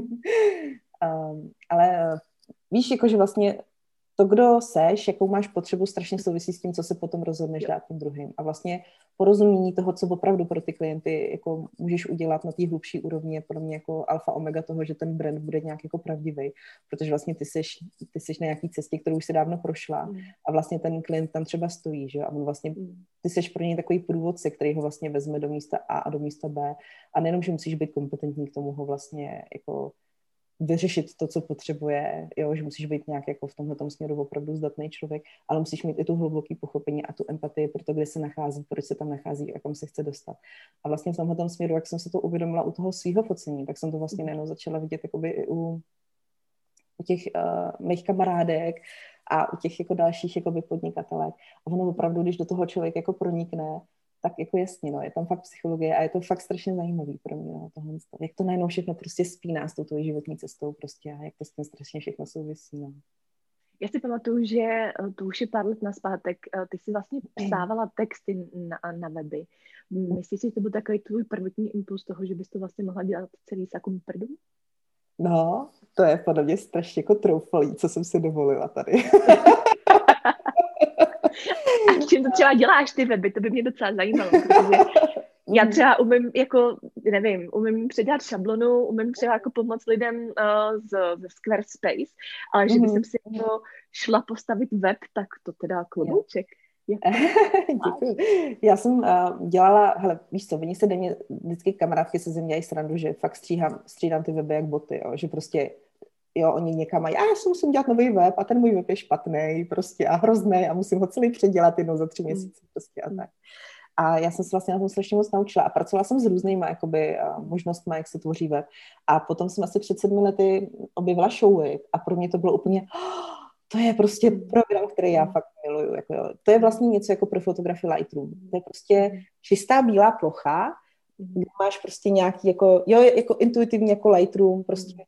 S2: um, ale uh, víš, jako že vlastně to, kdo seš, jakou máš potřebu, strašně souvisí s tím, co se potom rozhodneš dát tím druhým. A vlastně porozumění toho, co opravdu pro ty klienty jako můžeš udělat na té hlubší úrovni, je pro mě jako alfa omega toho, že ten brand bude nějak jako pravdivý, protože vlastně ty seš, ty seš na nějaký cestě, kterou už se dávno prošla mm. a vlastně ten klient tam třeba stojí, že? A on vlastně, ty seš pro něj takový průvodce, který ho vlastně vezme do místa A a do místa B a nejenom, že musíš být kompetentní k tomu ho vlastně jako vyřešit to, co potřebuje, jo, že musíš být nějak jako v tomhletom směru opravdu zdatný člověk, ale musíš mít i tu hluboké pochopení a tu empatii pro to, kde se nachází, proč se tam nachází a kam se chce dostat. A vlastně v tomhletom směru, jak jsem se to uvědomila u toho svého focení, tak jsem to vlastně najednou začala vidět jakoby i u, u těch uh, mých kamarádek a u těch jako dalších jakoby podnikatelek. A ono opravdu, když do toho člověk jako pronikne, tak jako jasně, no, je tam fakt psychologie a je to fakt strašně zajímavý pro mě, no, tohle, jak to najednou všechno prostě spíná s tou tvojí životní cestou prostě a jak to s tím strašně všechno souvisí, no.
S1: Já si pamatuju, že to už je pár let nazpátek, ty jsi vlastně psávala texty na, na weby. Myslíš si, že to byl takový tvůj prvotní impuls toho, že bys to vlastně mohla dělat celý sakum prdu?
S2: No, to je podle mě strašně jako troufalý, co jsem si dovolila tady.
S1: A čím to třeba děláš ty weby, to by mě docela zajímalo, protože já třeba umím, jako, nevím, umím předat šablonu, umím třeba jako pomoct lidem uh, z, z Squarespace, ale že by jsem si jako šla postavit web, tak to teda klobouček.
S2: Děkuji. Já jsem uh, dělala, hele, víš co, oni se do mě, vždycky kamarádky se ze mě dělají srandu, že fakt stříhám, střídám ty weby jak boty, jo, že prostě jo, oni někam mají, já si musím dělat nový web a ten můj web je špatný prostě a hrozný a musím ho celý předělat jednou za tři měsíce prostě a tak. A já jsem se vlastně na tom strašně moc naučila a pracovala jsem s různýma jakoby možnostmi, jak se tvoří web. A potom jsem asi před sedmi lety objevila Showit a pro mě to bylo úplně, oh, to je prostě program, který já fakt miluju. Jako, jo. To je vlastně něco jako pro fotografii Lightroom. To je prostě čistá bílá plocha, kde máš prostě nějaký jako, jo, jako intuitivní jako Lightroom, prostě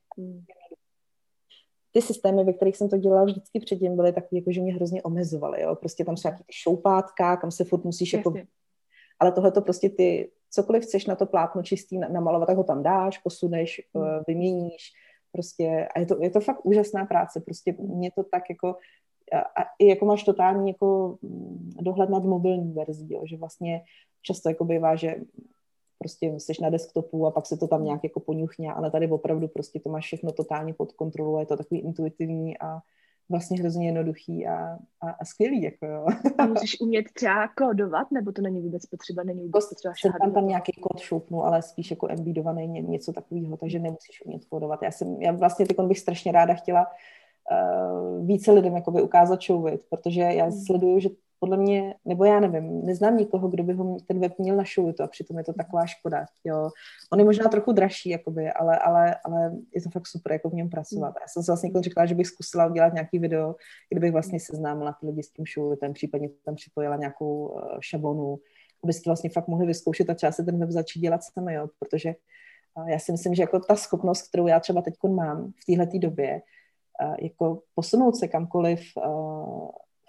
S2: ty systémy, ve kterých jsem to dělala vždycky předtím, byly takový, jako, že mě hrozně omezovaly, jo. Prostě tam jsou nějaký ty šoupátka, kam se furt musíš jako... Ale tohle to prostě ty, cokoliv chceš na to plátno čistý namalovat, tak ho tam dáš, posuneš, vyměníš, prostě a je to, je to fakt úžasná práce, prostě mě to tak jako a i jako máš totální jako dohled nad mobilní verzí, jo, že vlastně často jako bývá, že prostě jsi na desktopu a pak se to tam nějak jako poňuchně, ale tady opravdu prostě to máš všechno totálně pod kontrolou, je to takový intuitivní a vlastně hrozně jednoduchý a, a, a skvělý, jako jo.
S1: A musíš umět třeba kódovat, nebo to není vůbec potřeba, není vůbec potřeba šáhat?
S2: Tam tam nějaký kód šoupnu, ale spíš jako embedovaný ně, něco takového, takže nemusíš umět kódovat. Já jsem, já vlastně teď bych strašně ráda chtěla uh, více lidem jakoby ukázat Showit, protože já hmm. sleduju, že podle mě, nebo já nevím, neznám nikoho, kdo by ho ten web měl na Showitu a přitom je to taková škoda, jo. On je možná trochu dražší, jakoby, ale, ale, ale je to fakt super, jako v něm pracovat. Já jsem si vlastně říkala, že bych zkusila udělat nějaký video, kdybych vlastně seznámila ty lidi s tím Showitem, případně tam připojila nějakou uh, šablonu, abyste vlastně fakt mohli vyzkoušet a třeba se ten web začít dělat sami, jo, protože uh, já si myslím, že jako ta schopnost, kterou já třeba teď mám v téhletý době, uh, jako posunout se kamkoliv uh,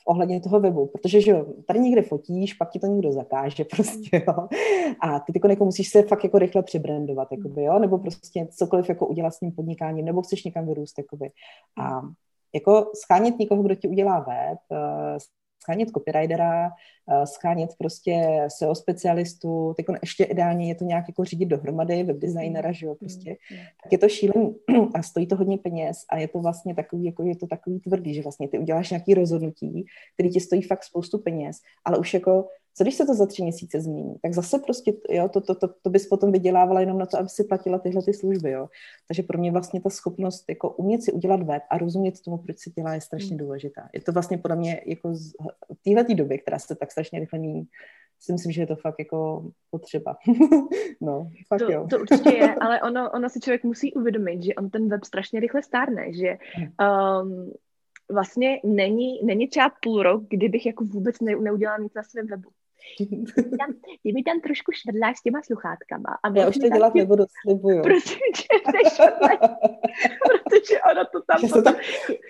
S2: ohledně toho webu, protože že jo, tady někde fotíš, pak ti to někdo zakáže prostě, jo. A ty jako musíš se fakt jako rychle přibrandovat, jakoby, jo, nebo prostě cokoliv jako udělat s tím podnikáním, nebo chceš někam vyrůst, jakoby. A jako schánět někoho, kdo ti udělá web, schánět copywritera, schánět prostě S E O specialistu, tak ještě ideálně je to nějak jako řídit dohromady, webdesignera, že jo, prostě, tak je to šílený a stojí to hodně peněz a je to vlastně takový, jako je to takový tvrdý, že vlastně ty uděláš nějaký rozhodnutí, který ti stojí fakt spoustu peněz, ale už jako co když se to za tři měsíce změní? Tak zase prostě, jo, to, to, to, to bys potom vydělávala jenom na to, aby si platila tyhle ty služby, jo. Takže pro mě vlastně ta schopnost jako umět si udělat web a rozumět tomu, proč se dělá, je strašně důležitá. Je to vlastně podle mě jako z, v téhletý době, která se tak strašně rychle mění, si myslím, že je to fakt jako potřeba. No, fakt
S1: to,
S2: jo.
S1: To určitě je, ale ono, ono si člověk musí uvědomit, že on ten web strašně rychle stárne, že um, vlastně není, není třeba půl rok, kdybych jako vůbec ne, neudělala nic na svém webu. Ty mi tam, ty mi tam trošku švrdláš s těma sluchátkama. A
S2: já už to dělat tě... nebudu, slibuju.
S1: Prosím tě, nešvrdlej, protože ono to tam...
S2: Já jsem tak,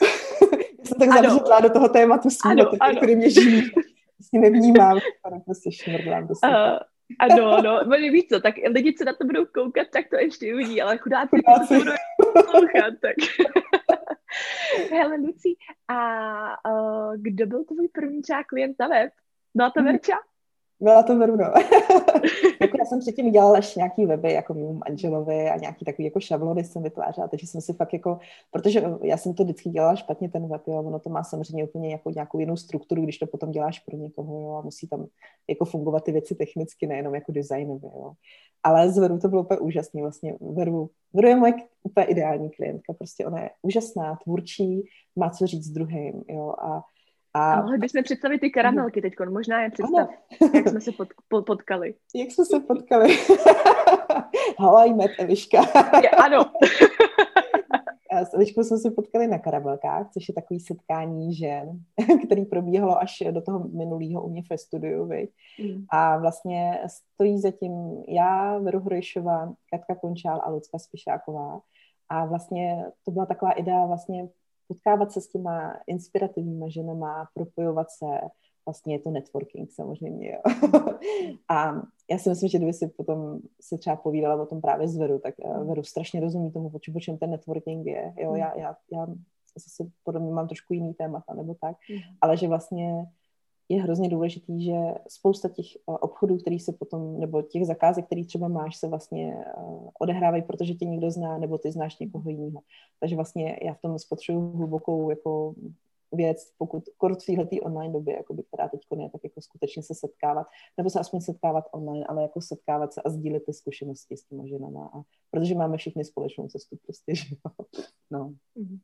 S2: tak zavřetla do toho tématu svýho, který mě živí. Prostě nevnímám, ale prostě švrdlám do uh,
S1: Ano, no, oni víc co, tak lidi, co na to budou koukat, tak to ještě uvidí, ale chudáci, co to budou poslouchat, tak... Hele, Lucí, a uh, kdo byl tvůj první třeba klient na web? Byla to Verča?
S2: Byla to Veru, no. Jako já jsem předtím dělala ještě nějaký weby, jako mému manželovi a nějaký takový jako šablony jsem vytvářela, takže jsem si fakt jako, protože já jsem to vždycky dělala špatně ten web, jo, ono to má samozřejmě úplně jako nějakou jinou strukturu, když to potom děláš pro někoho, jo, a musí tam jako fungovat ty věci technicky, nejenom jako designově, jo. Ale z Veru to bylo úplně úžasný, vlastně Veru, Veru je moje úplně ideální klientka, prostě ona je úžasná, tvůrčí, má co říct druhým, jo, a
S1: A, a mohli bychom představit ty karamelky teď, možná je představ, ano. Jak jsme se pot, pot, potkali.
S2: Jak jsme se potkali. How I met Eliška.
S1: Je, ano.
S2: S Eliškou jsme se potkali na karamelkách, což je takový setkání žen, který probíhalo až do toho minulého u mě ve studiu, viď? Mm. A vlastně stojí zatím já, Veru Hrojšová, Katka Končál a Lucka Spišáková. A vlastně to byla taková idea vlastně potkávat se s těma inspirativníma ženama, propojovat se, vlastně je to networking samozřejmě, jo. A já si myslím, že kdyby si potom se třeba povídala o tom právě s Veru, tak Veru strašně rozumí tomu, o čem ten networking je, jo, já, já, já zase podobně mám trošku jiný témata, nebo tak, ale že vlastně je hrozně důležitý, že spousta těch obchodů, který se potom, nebo těch zakázek, který třeba máš, se vlastně odehrávají, protože tě někdo zná, nebo ty znáš někoho jiného. Takže vlastně já v tom spotřebuji hlubokou jako věc, pokud kort v téhletý online době, jakoby, která teď je, tak jako skutečně se setkávat, nebo se aspoň setkávat online, ale jako setkávat se a sdílet ty zkušenosti s těma ženama. A protože máme všichni společnou cestu prostě, že jo. No.
S1: Mm-hmm.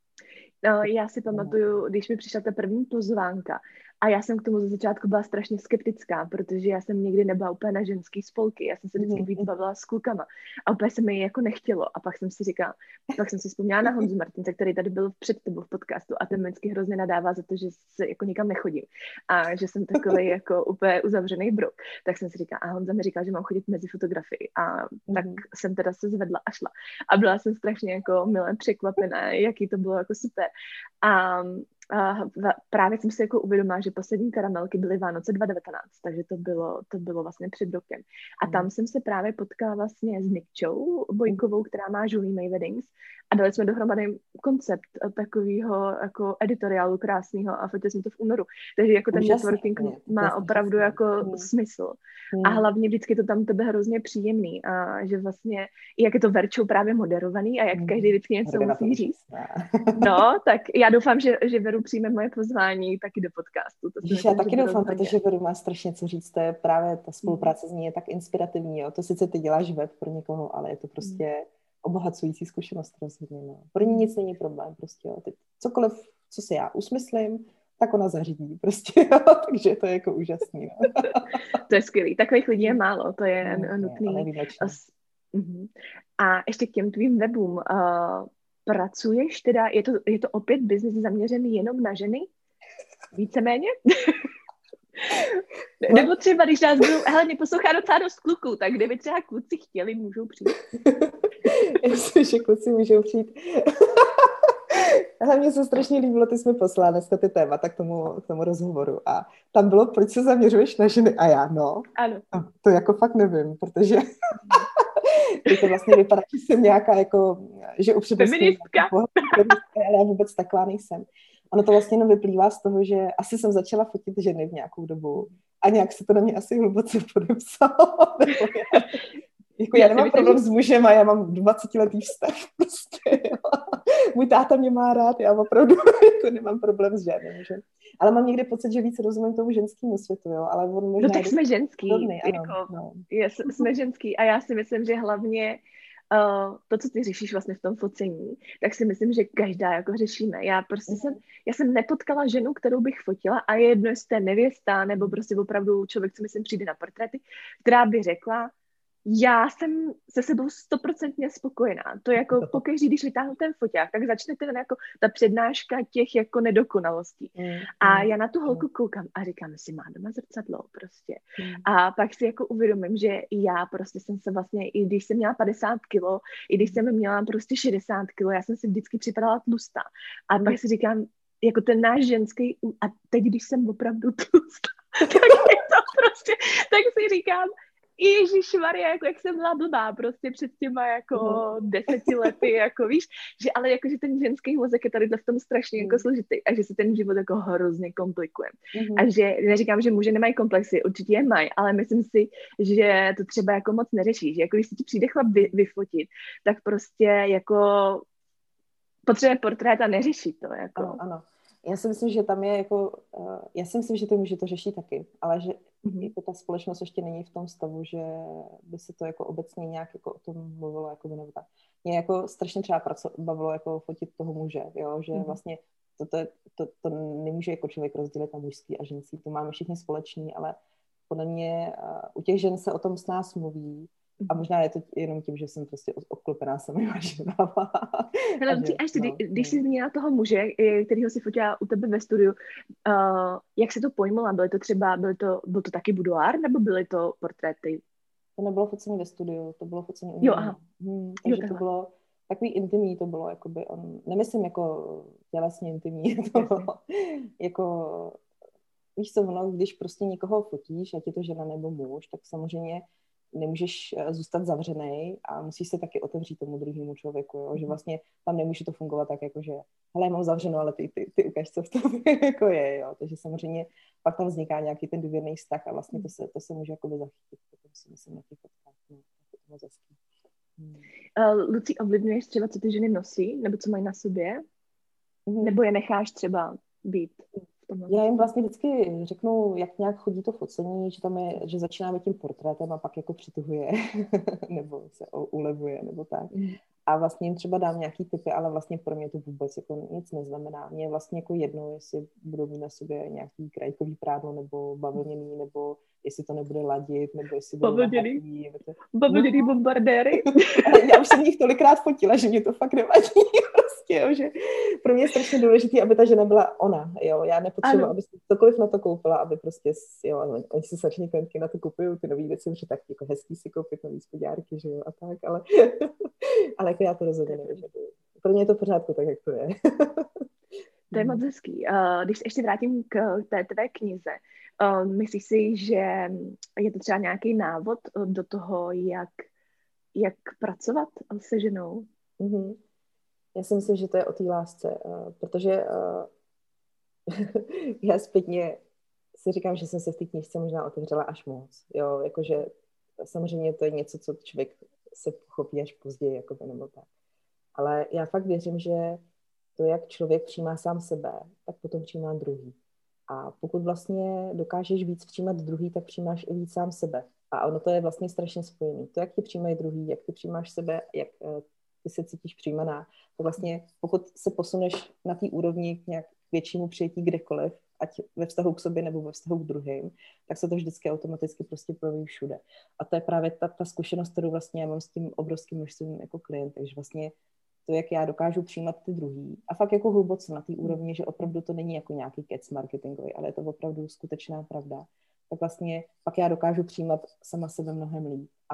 S1: No, já si pamatuju, když mi přišla ta první pozvánka a já jsem k tomu ze začátku byla strašně skeptická, protože já jsem nikdy nebyla úplně na ženský spolky, já jsem se vždycky víc bavila s klukama a úplně se mi jako nechtělo a pak jsem si říkala, pak jsem si vzpomněla na Honzu Martince, který tady byl před tebou v podcastu a ten vždycky hrozně nadává za to, že se jako nikam nechodím a že jsem takový jako úplně uzavřený brok, tak jsem si říkala, a Honza mi říkal, že mám chodit mezi fotografii a tak mm. jsem teda se zvedla a šla a byla jsem strašně jako milé překvapená, jaký to bylo jako super. A, a právě jsem si jako uvědomila, že poslední karamelky byly Vánoce dva tisíce devatenáct, takže to bylo, to bylo vlastně před rokem. A tam jsem se právě potkala vlastně s Nikčou Bojkovou, která má Julie May Weddings a dali jsme dohromady koncept takového jako editoriálu krásného a fotili jsme to v únoru. Takže jako ten Úžasný, networking je, má opravdu jako hmm. smysl. Hmm. A hlavně vždycky to tam tebe hrozně příjemný a že vlastně, jak je to Verčou právě moderovaný a jak hmm. každý vždycky něco musí říct. No, tak já doufám, že, že Veru přijme moje pozvání taky do podcastu. To
S2: Víš, já taky doufám, protože Veru má strašně co říct, to je právě ta spolupráce mm. s ní je tak inspirativní, jo. To sice ty děláš web pro někoho, ale je to prostě mm. obohacující zkušenost rozhodně, no. Pro ní nic není problém, prostě, jo. Ty, cokoliv, co si já usmyslím, tak ona zařídí, prostě, jo. Takže to je jako úžasný, no.
S1: To je skvělý, takových lidí je málo, to je no, nutný. Uh, a ještě k těm tvým webům, uh, pracuješ teda, je to, je to opět biznis zaměřený jenom na ženy? Víceméně? Nebo třeba, když nás budou, hele, mě poslouchá docela dost kluků, tak kdyby třeba kluci chtěli, můžou přijít.
S2: Jestli, že kluci můžou přijít. Ale mně se strašně líbilo, ty jsi mi poslala dneska ty témata k tomu, k tomu rozhovoru a tam bylo, proč se zaměřuješ na ženy a já, no.
S1: Ano.
S2: To, to jako fakt nevím, protože teď to vlastně vypadá, že jsem nějaká jako, že upřednostňuji, ale já vůbec taková nejsem. Ono to vlastně jenom vyplývá z toho, že asi jsem začala fotit ženy v nějakou dobu a nějak se to na mě asi hluboce podepsalo. Jako já, já nemám problém že... s mužem a já mám dvacetiletý vztah prostě, jo. Můj táta mě má rád, já opravdu jako nemám problém s žádným mužem. Ale mám někdy pocit, že víc rozumím tomu ženskému světu, jo, ale on možná...
S1: No tak jsme ženský,
S2: podobný, ano,
S1: jako,
S2: no.
S1: je, jsme ženský a já si myslím, že hlavně uh, to, co ty řešíš vlastně v tom focení, tak si myslím, že každá jako řešíme. Já prostě mm. jsem, já jsem nepotkala ženu, kterou bych fotila a je jedno, jestli to je nevěsta, nebo prostě opravdu člověk, co myslím přijde na portréty, která by řekla, já jsem se sebou stoprocentně spokojená. To je jako pokaždý, když vytáhnu ten foťák, tak začne ten jako ta přednáška těch jako nedokonalostí. Mm, a já na tu holku koukám a říkám si, má doma zrcadlo prostě. Mm. A pak si jako uvědomím, že já prostě jsem se vlastně, i když jsem měla padesát kilo, i když jsem měla prostě šedesát kilo, já jsem si vždycky připadala tlustá. A mm. pak si říkám, jako ten náš ženský, a teď, když jsem opravdu tlustá, tak je to prostě, tak si říkám, Ježišmarja, jako jak jsem byla blbá prostě před těma jako mm. deseti lety, jako víš, že ale jako, že ten ženský mozek je tady v tom strašně jako složitý a že se ten život jako hrozně komplikuje. Mm. A že neříkám, že muži nemají komplexy, určitě je mají, ale myslím si, že to třeba jako moc neřeší, že jako když si ti přijde chlap vy, vyfotit, tak prostě jako potřebuje portrét a neřeší to, jako.
S2: Ano, ano. Já si myslím, že tam je jako, uh, já si myslím, že ty muži to řeší taky, ale že mm-hmm. jako ta společnost ještě není v tom stavu, že by se to jako obecně nějak jako o tom mluvilo, jako by nebo tak. Mě jako strašně třeba praco- bavilo jako fotit toho muže, jo, že mm-hmm. vlastně to, to, to, to nemůže jako člověk rozdělit na mužský a ženský, to máme všichni společný, ale podle mě uh, u těch žen se o tom s nás mluví. A možná je to jenom tím, že jsem prostě obklopená samýma ženama.
S1: Hele, Lucí, až ty, no, když jsi zmínila toho muže, kterýho si fotila u tebe ve studiu, uh, jak se to pojmula? Byly to třeba, byly to, byl to taky budoár, nebo byly to portréty?
S2: To nebylo focení ve studiu, to bylo focení u
S1: Jo, aha.
S2: Hmm, takže jo, to bylo takový intimní, to bylo, jakoby on, nemyslím jako tělesně intimní, to bylo jako, víš co, ono, když prostě někoho fotíš, ať je to žena nebo muž, tak samozřejmě nemůžeš zůstat zavřenej a musíš se taky otevřít tomu druhému člověku, jo? Že vlastně tam nemůže to fungovat tak, jako že hele, mám zavřeno, ale ty, ty, ty ukáž, co v tom jako je, jo? Takže samozřejmě pak tam vzniká nějaký ten důvěrný vztah a vlastně to se, to se může jakoby zachytit, to si myslím na těch fotkách, no, to to
S1: hmm. uh, Lucí, ovlivňuješ třeba, co ty ženy nosí, nebo co mají na sobě? Mm. Nebo je necháš třeba být?
S2: Já jim vlastně vždycky řeknu, jak nějak chodí to focení, že tam je, že začínáme tím portrétem a pak jako přituhuje, nebo se ulevuje, nebo tak. Mm. A vlastně jim třeba dám nějaký tipy, ale vlastně pro mě to vůbec jako nic neznamená. Mně je vlastně jako jedno, jestli budou mít na sobě nějaký krajkový prádlo, nebo bavlněný, nebo jestli to nebude ladit, nebo jestli budou
S1: bavlněný. Bavlněný no. bombardéry.
S2: Já už jsem jich tolikrát fotila, že mě to fakt nevadí. Prostě, jo, že pro mě je strašně důležité, aby ta žena byla ona. Jo. Já nepotřebuji, aby si cokoliv na to koupila, aby prostě, jo, oni si strašně klientky na to kupují, ty nový věci, že tak jako hezký si koupit nový spodňárky, že jo, a tak, ale, ale jako já to rozhodně nevyžaduju. Pro mě je to v pořádku tak, jak to je.
S1: To je moc hezký. Uh, když se ještě vrátím k té tvé knize, uh, myslíš si, že je to třeba nějaký návod do toho, jak, jak pracovat se ženou?
S2: Mm-hmm. Já si myslím, že to je o té lásce, uh, protože uh, já zpětně si říkám, že jsem se v té knižce možná otevřela až moc. Jo, jakože samozřejmě to je něco, co člověk se pochopí až později, jakoby, nebo tak. Ale já fakt věřím, že to, jak člověk přijímá sám sebe, tak potom přijímá druhý. A pokud vlastně dokážeš víc přijímat druhý, tak přijímáš i víc sám sebe. A ono to je vlastně strašně spojené. To, jak ti přijímají druhý, jak ty přijímáš sebe, jak uh, ty se cítíš přijímaná, to vlastně pokud se posuneš na té úrovni k nějak většímu přijetí kdekoliv, ať ve vztahu k sobě nebo ve vztahu k druhým, tak se to vždycky automaticky prostě projeví všude. A to je právě ta, ta zkušenost, kterou vlastně já mám s tím obrovským množstvím jako klient, takže vlastně to, jak já dokážu přijímat ty druhý. A fakt jako hluboce na té úrovni, že opravdu to není jako nějaký kec marketingový, ale je to opravdu skutečná pravda. Tak vlastně pak já dokážu přijímat sama sebe mnohem líp. A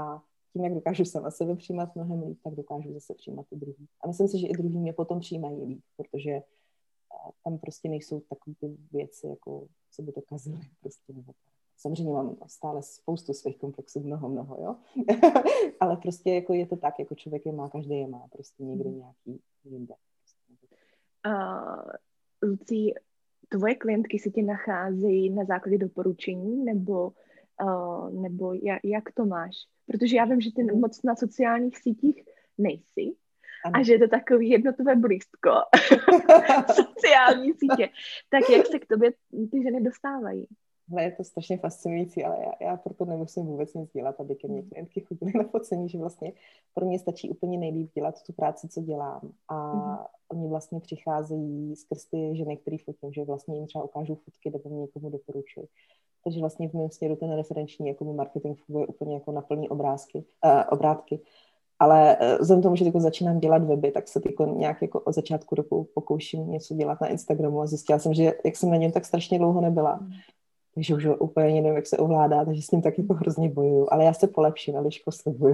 S2: tím, jak dokážu sama sebe přijímat mnohem líp, tak dokážu zase přijímat i druhý. A myslím si, že i druhý mě potom přijímají líp, protože tam prostě nejsou takové ty věci, jako co by to kazily. Prostě, nebo samozřejmě mám stále spoustu svých komplexů, mnoho, mnoho, jo. Ale prostě jako je to tak, jako člověk je má, každý je má, prostě někde nějaký jinde.
S1: Uh, Lucí, tvoje klientky si tě nacházejí na základě doporučení, nebo, uh, nebo jak, jak to máš? Protože já vím, že ty moc na sociálních sítích nejsi, ano. A že je to takový jednotové blízko sociální sítě. Tak jak se k tobě ty ženy dostávají?
S2: Ale je to strašně fascinující, ale já, já proto nemusím vůbec nic dělat, aby ke mně klientky chodily na focení, že vlastně pro mě stačí úplně nejlíp dělat tu práci, co dělám. A mm-hmm. oni vlastně přicházejí skrz ty ženy, který fotím, že vlastně jim třeba ukážu fotky, nebo mě někomu doporučuji. Takže vlastně v mém směru ten referenční jako marketing funguje úplně jako na plný obrázky, uh, obrátky. Ale vzhledem tomu, že jako začínám dělat weby, tak se tyko nějak jako od začátku roku pokouším něco dělat na Instagramu a zjistila jsem, že jak jsem na něm tak strašně dlouho nebyla, mm. takže už úplně nevím, jak se ovládá, takže s ním tak jako hrozně bojuju. Ale já se polepším, Eliško, slibuju.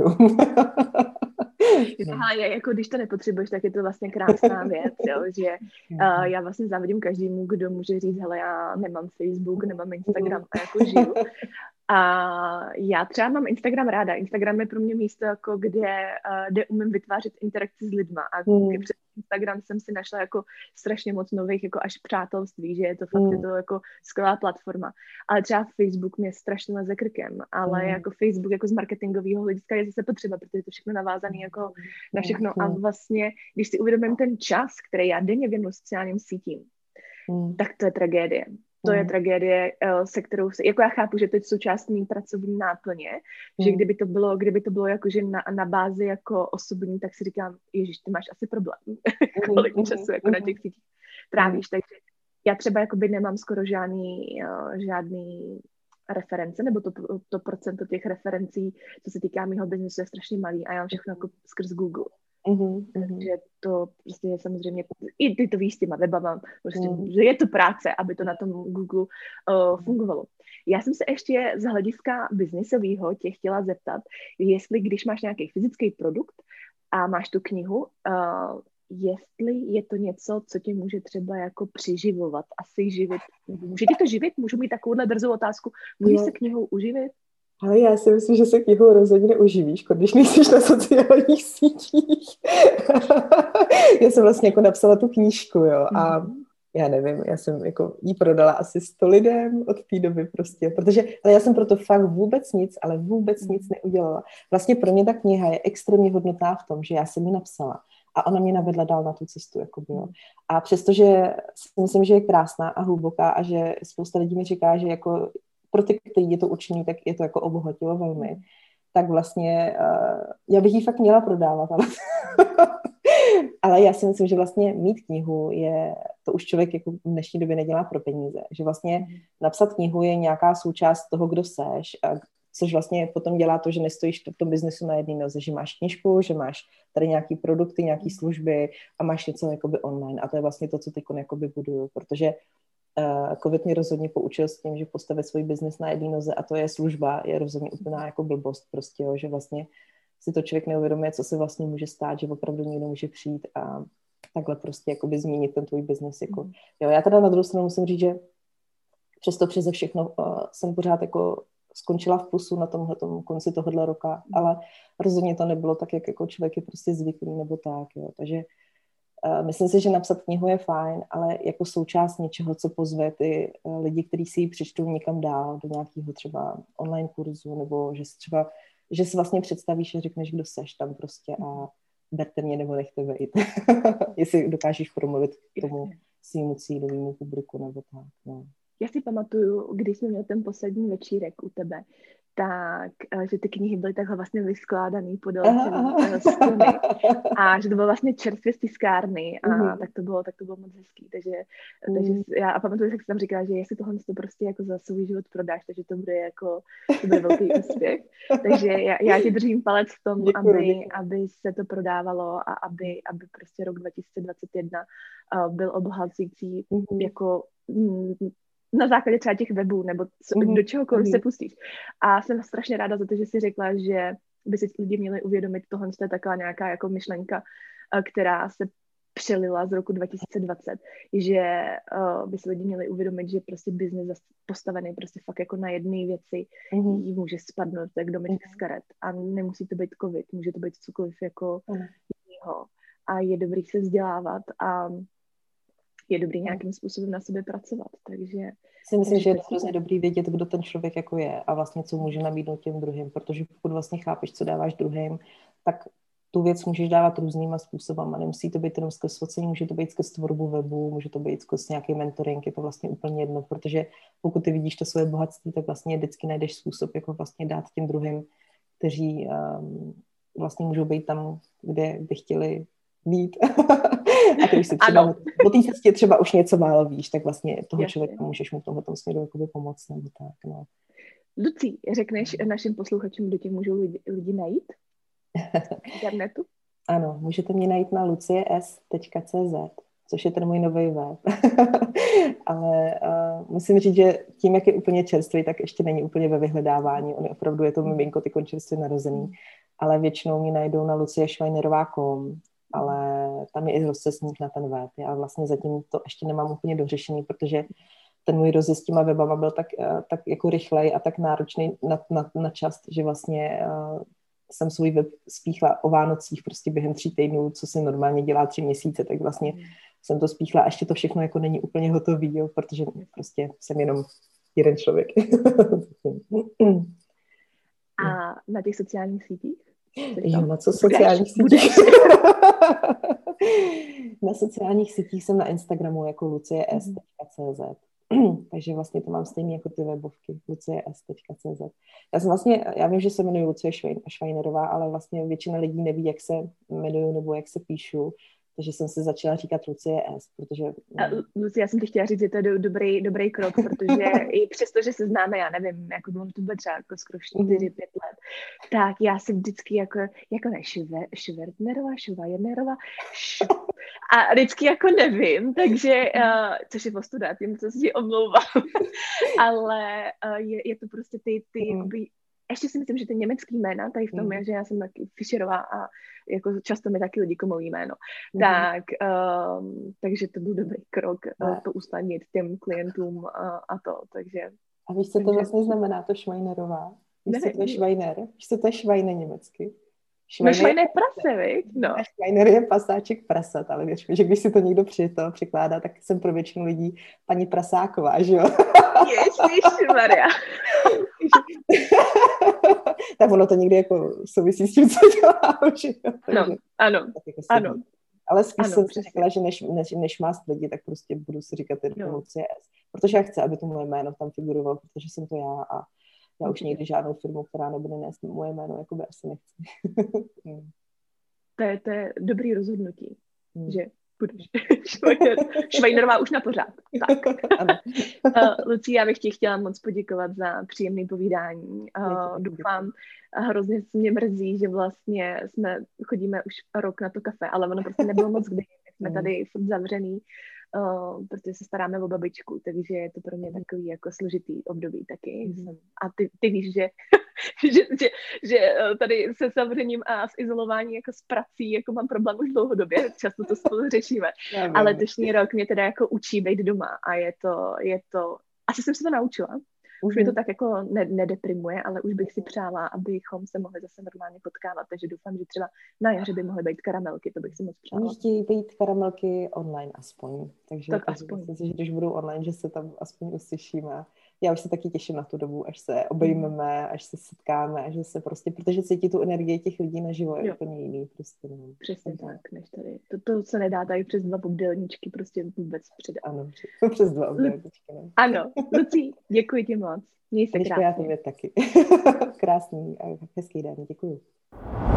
S1: No. Ale jako když to nepotřebuješ, tak je to vlastně krásná věc, jo, že uh, já vlastně závidím každému, kdo může říct, hele, já nemám Facebook, nemám Instagram a jako žiju. A já třeba mám Instagram ráda. Instagram je pro mě místo, jako kde, uh, kde umím vytvářet interakci s lidma. A mm. přes Instagram jsem si našla jako strašně moc nových jako až přátelství, že je to fakt mm. je to jako skvělá platforma. Ale třeba Facebook mě strašně leze krkem. Ale mm. jako Facebook jako z marketingového hlediska je zase potřeba, protože je to všechno navázané jako na všechno. Mm. A vlastně, když si uvědomím ten čas, který já denně věnuju sociálním sítím, mm. tak to je tragédie. To je tragédie, se kterou se, jako já chápu, že to je součást mý pracovní náplně, mm. že kdyby to bylo, kdyby to bylo jakože na, na bázi jako osobní, tak si říkám, ježiš, ty máš asi problém, kolik mm. času jako mm. na těch sítích trávíš, mm. takže já třeba jakoby nemám skoro žádný, žádný reference, nebo to, to procento těch referencí, co se týká mýho biznesu, je strašně malý a já mám všechno jako skrz Google. Mm-hmm. Takže to prostě je samozřejmě, i ty to víš s těma webama, prostě, mm. že je to práce, aby to na tom Google uh, fungovalo. Já jsem se ještě z hlediska biznisového tě chtěla zeptat, jestli když máš nějaký fyzický produkt a máš tu knihu, uh, jestli je to něco, co tě může třeba jako přiživovat, asi živit. Může tě to živit? Můžu mít takovouhle drzou otázku. Můžeš se knihou uživit?
S2: Ale já si myslím, že se knihou rozhodně neuživíš, když nejsi na sociálních sítích. Já jsem vlastně jako napsala tu knížku, jo, a mm-hmm. já nevím, já jsem jako jí prodala asi sto lidem od té doby prostě, protože, ale já jsem proto fakt vůbec nic, ale vůbec mm-hmm. nic neudělala. Vlastně pro mě ta kniha je extrémně hodnotná v tom, že já jsem ji napsala a ona mě navedla dál na tu cestu, jako bylo. A přestože si myslím, že je krásná a hluboká a že spousta lidí mi říká, že jako pro ty, kteří je to učení, tak je to jako obohatilo velmi. Tak vlastně uh, já bych ji fakt měla prodávat, ale, ale já si myslím, že vlastně mít knihu je, to už člověk jako v dnešní době nedělá pro peníze, že vlastně napsat knihu je nějaká součást toho, kdo seš, a což vlastně potom dělá to, že nestojíš v tom biznesu na jedné noze, že máš knížku, že máš tady nějaký produkty, nějaký služby a máš něco jakoby online a to je vlastně to, co teď jakoby buduju, protože Uh, COVID mě rozhodně poučil s tím, že postavit svůj biznes na jedné noze a to je služba, je rozhodně úplná jako blbost prostě, jo, že vlastně si to člověk neuvědomuje, co se vlastně může stát, že opravdu někdo může přijít a takhle prostě jakoby změnit ten tvůj biznes. Jako. Jo, já teda na druhou stranu musím říct, že přesto přeze všechno uh, jsem pořád jako skončila v plusu na tomhletom konci tohohle roka, ale rozhodně to nebylo tak, jak jako člověk je prostě zvyklý nebo tak, jo, takže Uh, myslím si, že napsat knihu je fajn, ale jako součást něčeho, co pozve ty uh, lidi, kteří si ji přečtou někam dál, do nějakého třeba online kurzu, nebo že si třeba, že si vlastně představíš a řekneš, kdo seš tam prostě a berte mě nebo nechte vejít. Jestli dokážeš promluvit k tomu svýmu cílovému publiku nebo tak. No.
S1: Já si pamatuju, když jsme měli ten poslední večírek u tebe, tak, že ty knihy byly takhle vlastně vyskládaný podél celé strany a že to bylo vlastně čerstvě z tiskárny a mm. tak to bylo, tak to bylo moc hezký, takže, mm. takže já a pamatuju, jak jsi tam říkala, že jestli tohle to prostě jako za svůj život prodáš, takže to bude jako, to bude velký úspěch, takže já, já ti držím palec v tom, děkuji, aby, děkuji. aby se to prodávalo a aby, aby prostě rok dva tisíce dvacet jedna uh, byl obohacující mm. jako mm, na základě třeba těch webů, nebo co, mm-hmm. do čehokoliv mm-hmm. se pustíš. A jsem strašně ráda za to, že jsi řekla, že by si lidi měli uvědomit, tohle je taková nějaká jako myšlenka, která se přelila z roku dva tisíce dvacet, že uh, by si lidi měli uvědomit, že prostě biznes postavený prostě fakt jako na jedné věci mm-hmm. jí může spadnout jak domeček mm-hmm. z karet a nemusí to být covid, může to být cokoliv jako mm-hmm. jiného a je dobrý se vzdělávat a je dobrý nějakým způsobem na sebe pracovat, takže
S2: si myslím, že je hrozně dobrý vědět, kdo ten člověk jako je a vlastně co může nabídnout těm druhým, protože pokud vlastně chápeš, co dáváš druhým, tak tu věc můžeš dávat různýma způsobama. Nemusí to být jenom skrz focení, může to být skrz tvorbu webu, může to být skrz nějaký mentoring, je to vlastně úplně jedno, protože pokud ty vidíš to svoje bohatství, tak vlastně vždycky najdeš způsob, jako vlastně dát těm druhým, kteří um, vlastně můžou být tam, kde by chtěli být. A když si třeba po té cestě třeba už něco málo víš, tak vlastně toho Jasně. člověka můžeš mu v tomhle směru jakoby pomoct nebo tak. No.
S1: Lucí, řekneš našim posluchačům, kde tě můžou lidi, lidi najít? V internetu?
S2: Ano, můžete mě najít na lucie s tečka cé zet, což je ten můj nový web. Ale uh, musím říct, že tím, jak je úplně čerstvý, tak ještě není úplně ve vyhledávání. On opravdu je to miminko, ty čerstvě narozený. Ale většinou mě najdou na lucie schweinerová tečka com, ale tam je i rozcestník na ten web. Já vlastně zatím to ještě nemám úplně dořešený, protože ten můj rozjezd s těma webama byl tak, uh, tak jako rychlej a tak náročný na, na, na čas, že vlastně uh, jsem svůj web spíchla o Vánocích prostě během tří týdnů, co se normálně dělá tři měsíce, tak vlastně mm. jsem to spíchla a ještě to všechno jako není úplně hotový, jo, protože prostě jsem jenom jeden člověk.
S1: A na těch sociálních sítích?
S2: Jo, na co sociálních sítích? Na sociálních sítích jsem na Instagramu jako lucie s tečka cé zet. Takže vlastně to mám stejně jako ty webovky, lucie s tečka cé zet. Já jsem vlastně, já vím, že se jmenuji Lucie Schweinerová, ale vlastně většina lidí neví, jak se jmenuju nebo jak se píšu, takže jsem se začala říkat Lucie S, protože...
S1: Lucie, já jsem ti chtěla říct, že to je do, dobrý, dobrý krok, protože i přesto, že se známe, já nevím, jako bylo to třeba jako skoro čtyři pět let, tak já jsem vždycky jako, jako ne, Švertnerová, Švajernerová, š... a vždycky jako nevím, takže, uh, což je postuda, tím, co si ti omlouvám, ale uh, je, je to prostě ty, ty mm. jakoby, ještě si myslím, že ty německý jména, tady v tom mm. je, že já jsem taky Fischerová a jako často mi taky lidi komolují jméno. Mm. Tak, um, takže to byl dobrý krok uh, to usnadnit těm klientům uh, a to, takže...
S2: A víš, co to takže... vlastně znamená, to Schweinerová? Víš, co to je Schweiner? Víš, co to je Schweine německy?
S1: Schweiner, no Schweiner je prase, viď? No.
S2: Schweiner je pasáček prasat, ale věř mi, že když si to někdo při to překládá, tak jsem pro většinu lidí paní Prasáková, že jo?
S1: Ježišmarja.
S2: Tak ono to někdy jako souvisí s tím, co dělám, že jo?
S1: No, ano,
S2: jako
S1: ano.
S2: Ale spíš jsem si řekla, že než, než, než má lidi, tak prostě budu si říkat jenom Lucie S. Protože já chci, aby to moje jméno tam figurovalo, protože jsem to já a já už nikdy žádnou firmu, která nebude nést moje jméno, jakoby asi nechci.
S1: to, je, to je dobrý rozhodnutí, hmm. že budeš Schweinerová už na pořád. Tak. uh, Lucí, já bych ti chtěla moc poděkovat za příjemné povídání. Uh, doufám, hrozně se mě mrzí, že vlastně jsme chodíme už rok na to kafe, ale ono prostě nebylo moc kdy. Jsme tady furt zavřený, uh, protože se staráme o babičku, takže je to pro mě takový jako složitý období taky. Mm. A ty, ty víš, že, že, že, že tady se zavřením a s izolováním jako s prací, jako mám problém už dlouhodobě, často to spolu řešíme. Ale letošní rok mě teda jako učí být doma a je to, je to, asi jsem se to naučila. Už mě to tak jako ne, nedeprimuje, ale už bych si přála, abychom se mohli zase normálně potkávat, takže doufám, že třeba na jaře by mohly být karamelky, to bych si moc přála.
S2: Oni chtějí být karamelky online aspoň, takže
S1: tak aspoň.
S2: Myslím si, že když budou online, že se tam aspoň uslyšíme. Já už se taky těším na tu dobu, až se obejmeme, až se setkáme, až se prostě, protože cítí tu energii těch lidí naživo je jo. úplně jiný. Prostě, no.
S1: Přesně tak, tak, než tady. To, to se nedá tady přes dva obdélníčky prostě vůbec předat.
S2: Ano, přes dva obdélníčky. No.
S1: Ano, Lucí, děkuji ti moc. Měj se krásně.
S2: Já taky. Krásný a hezký den, děkuji.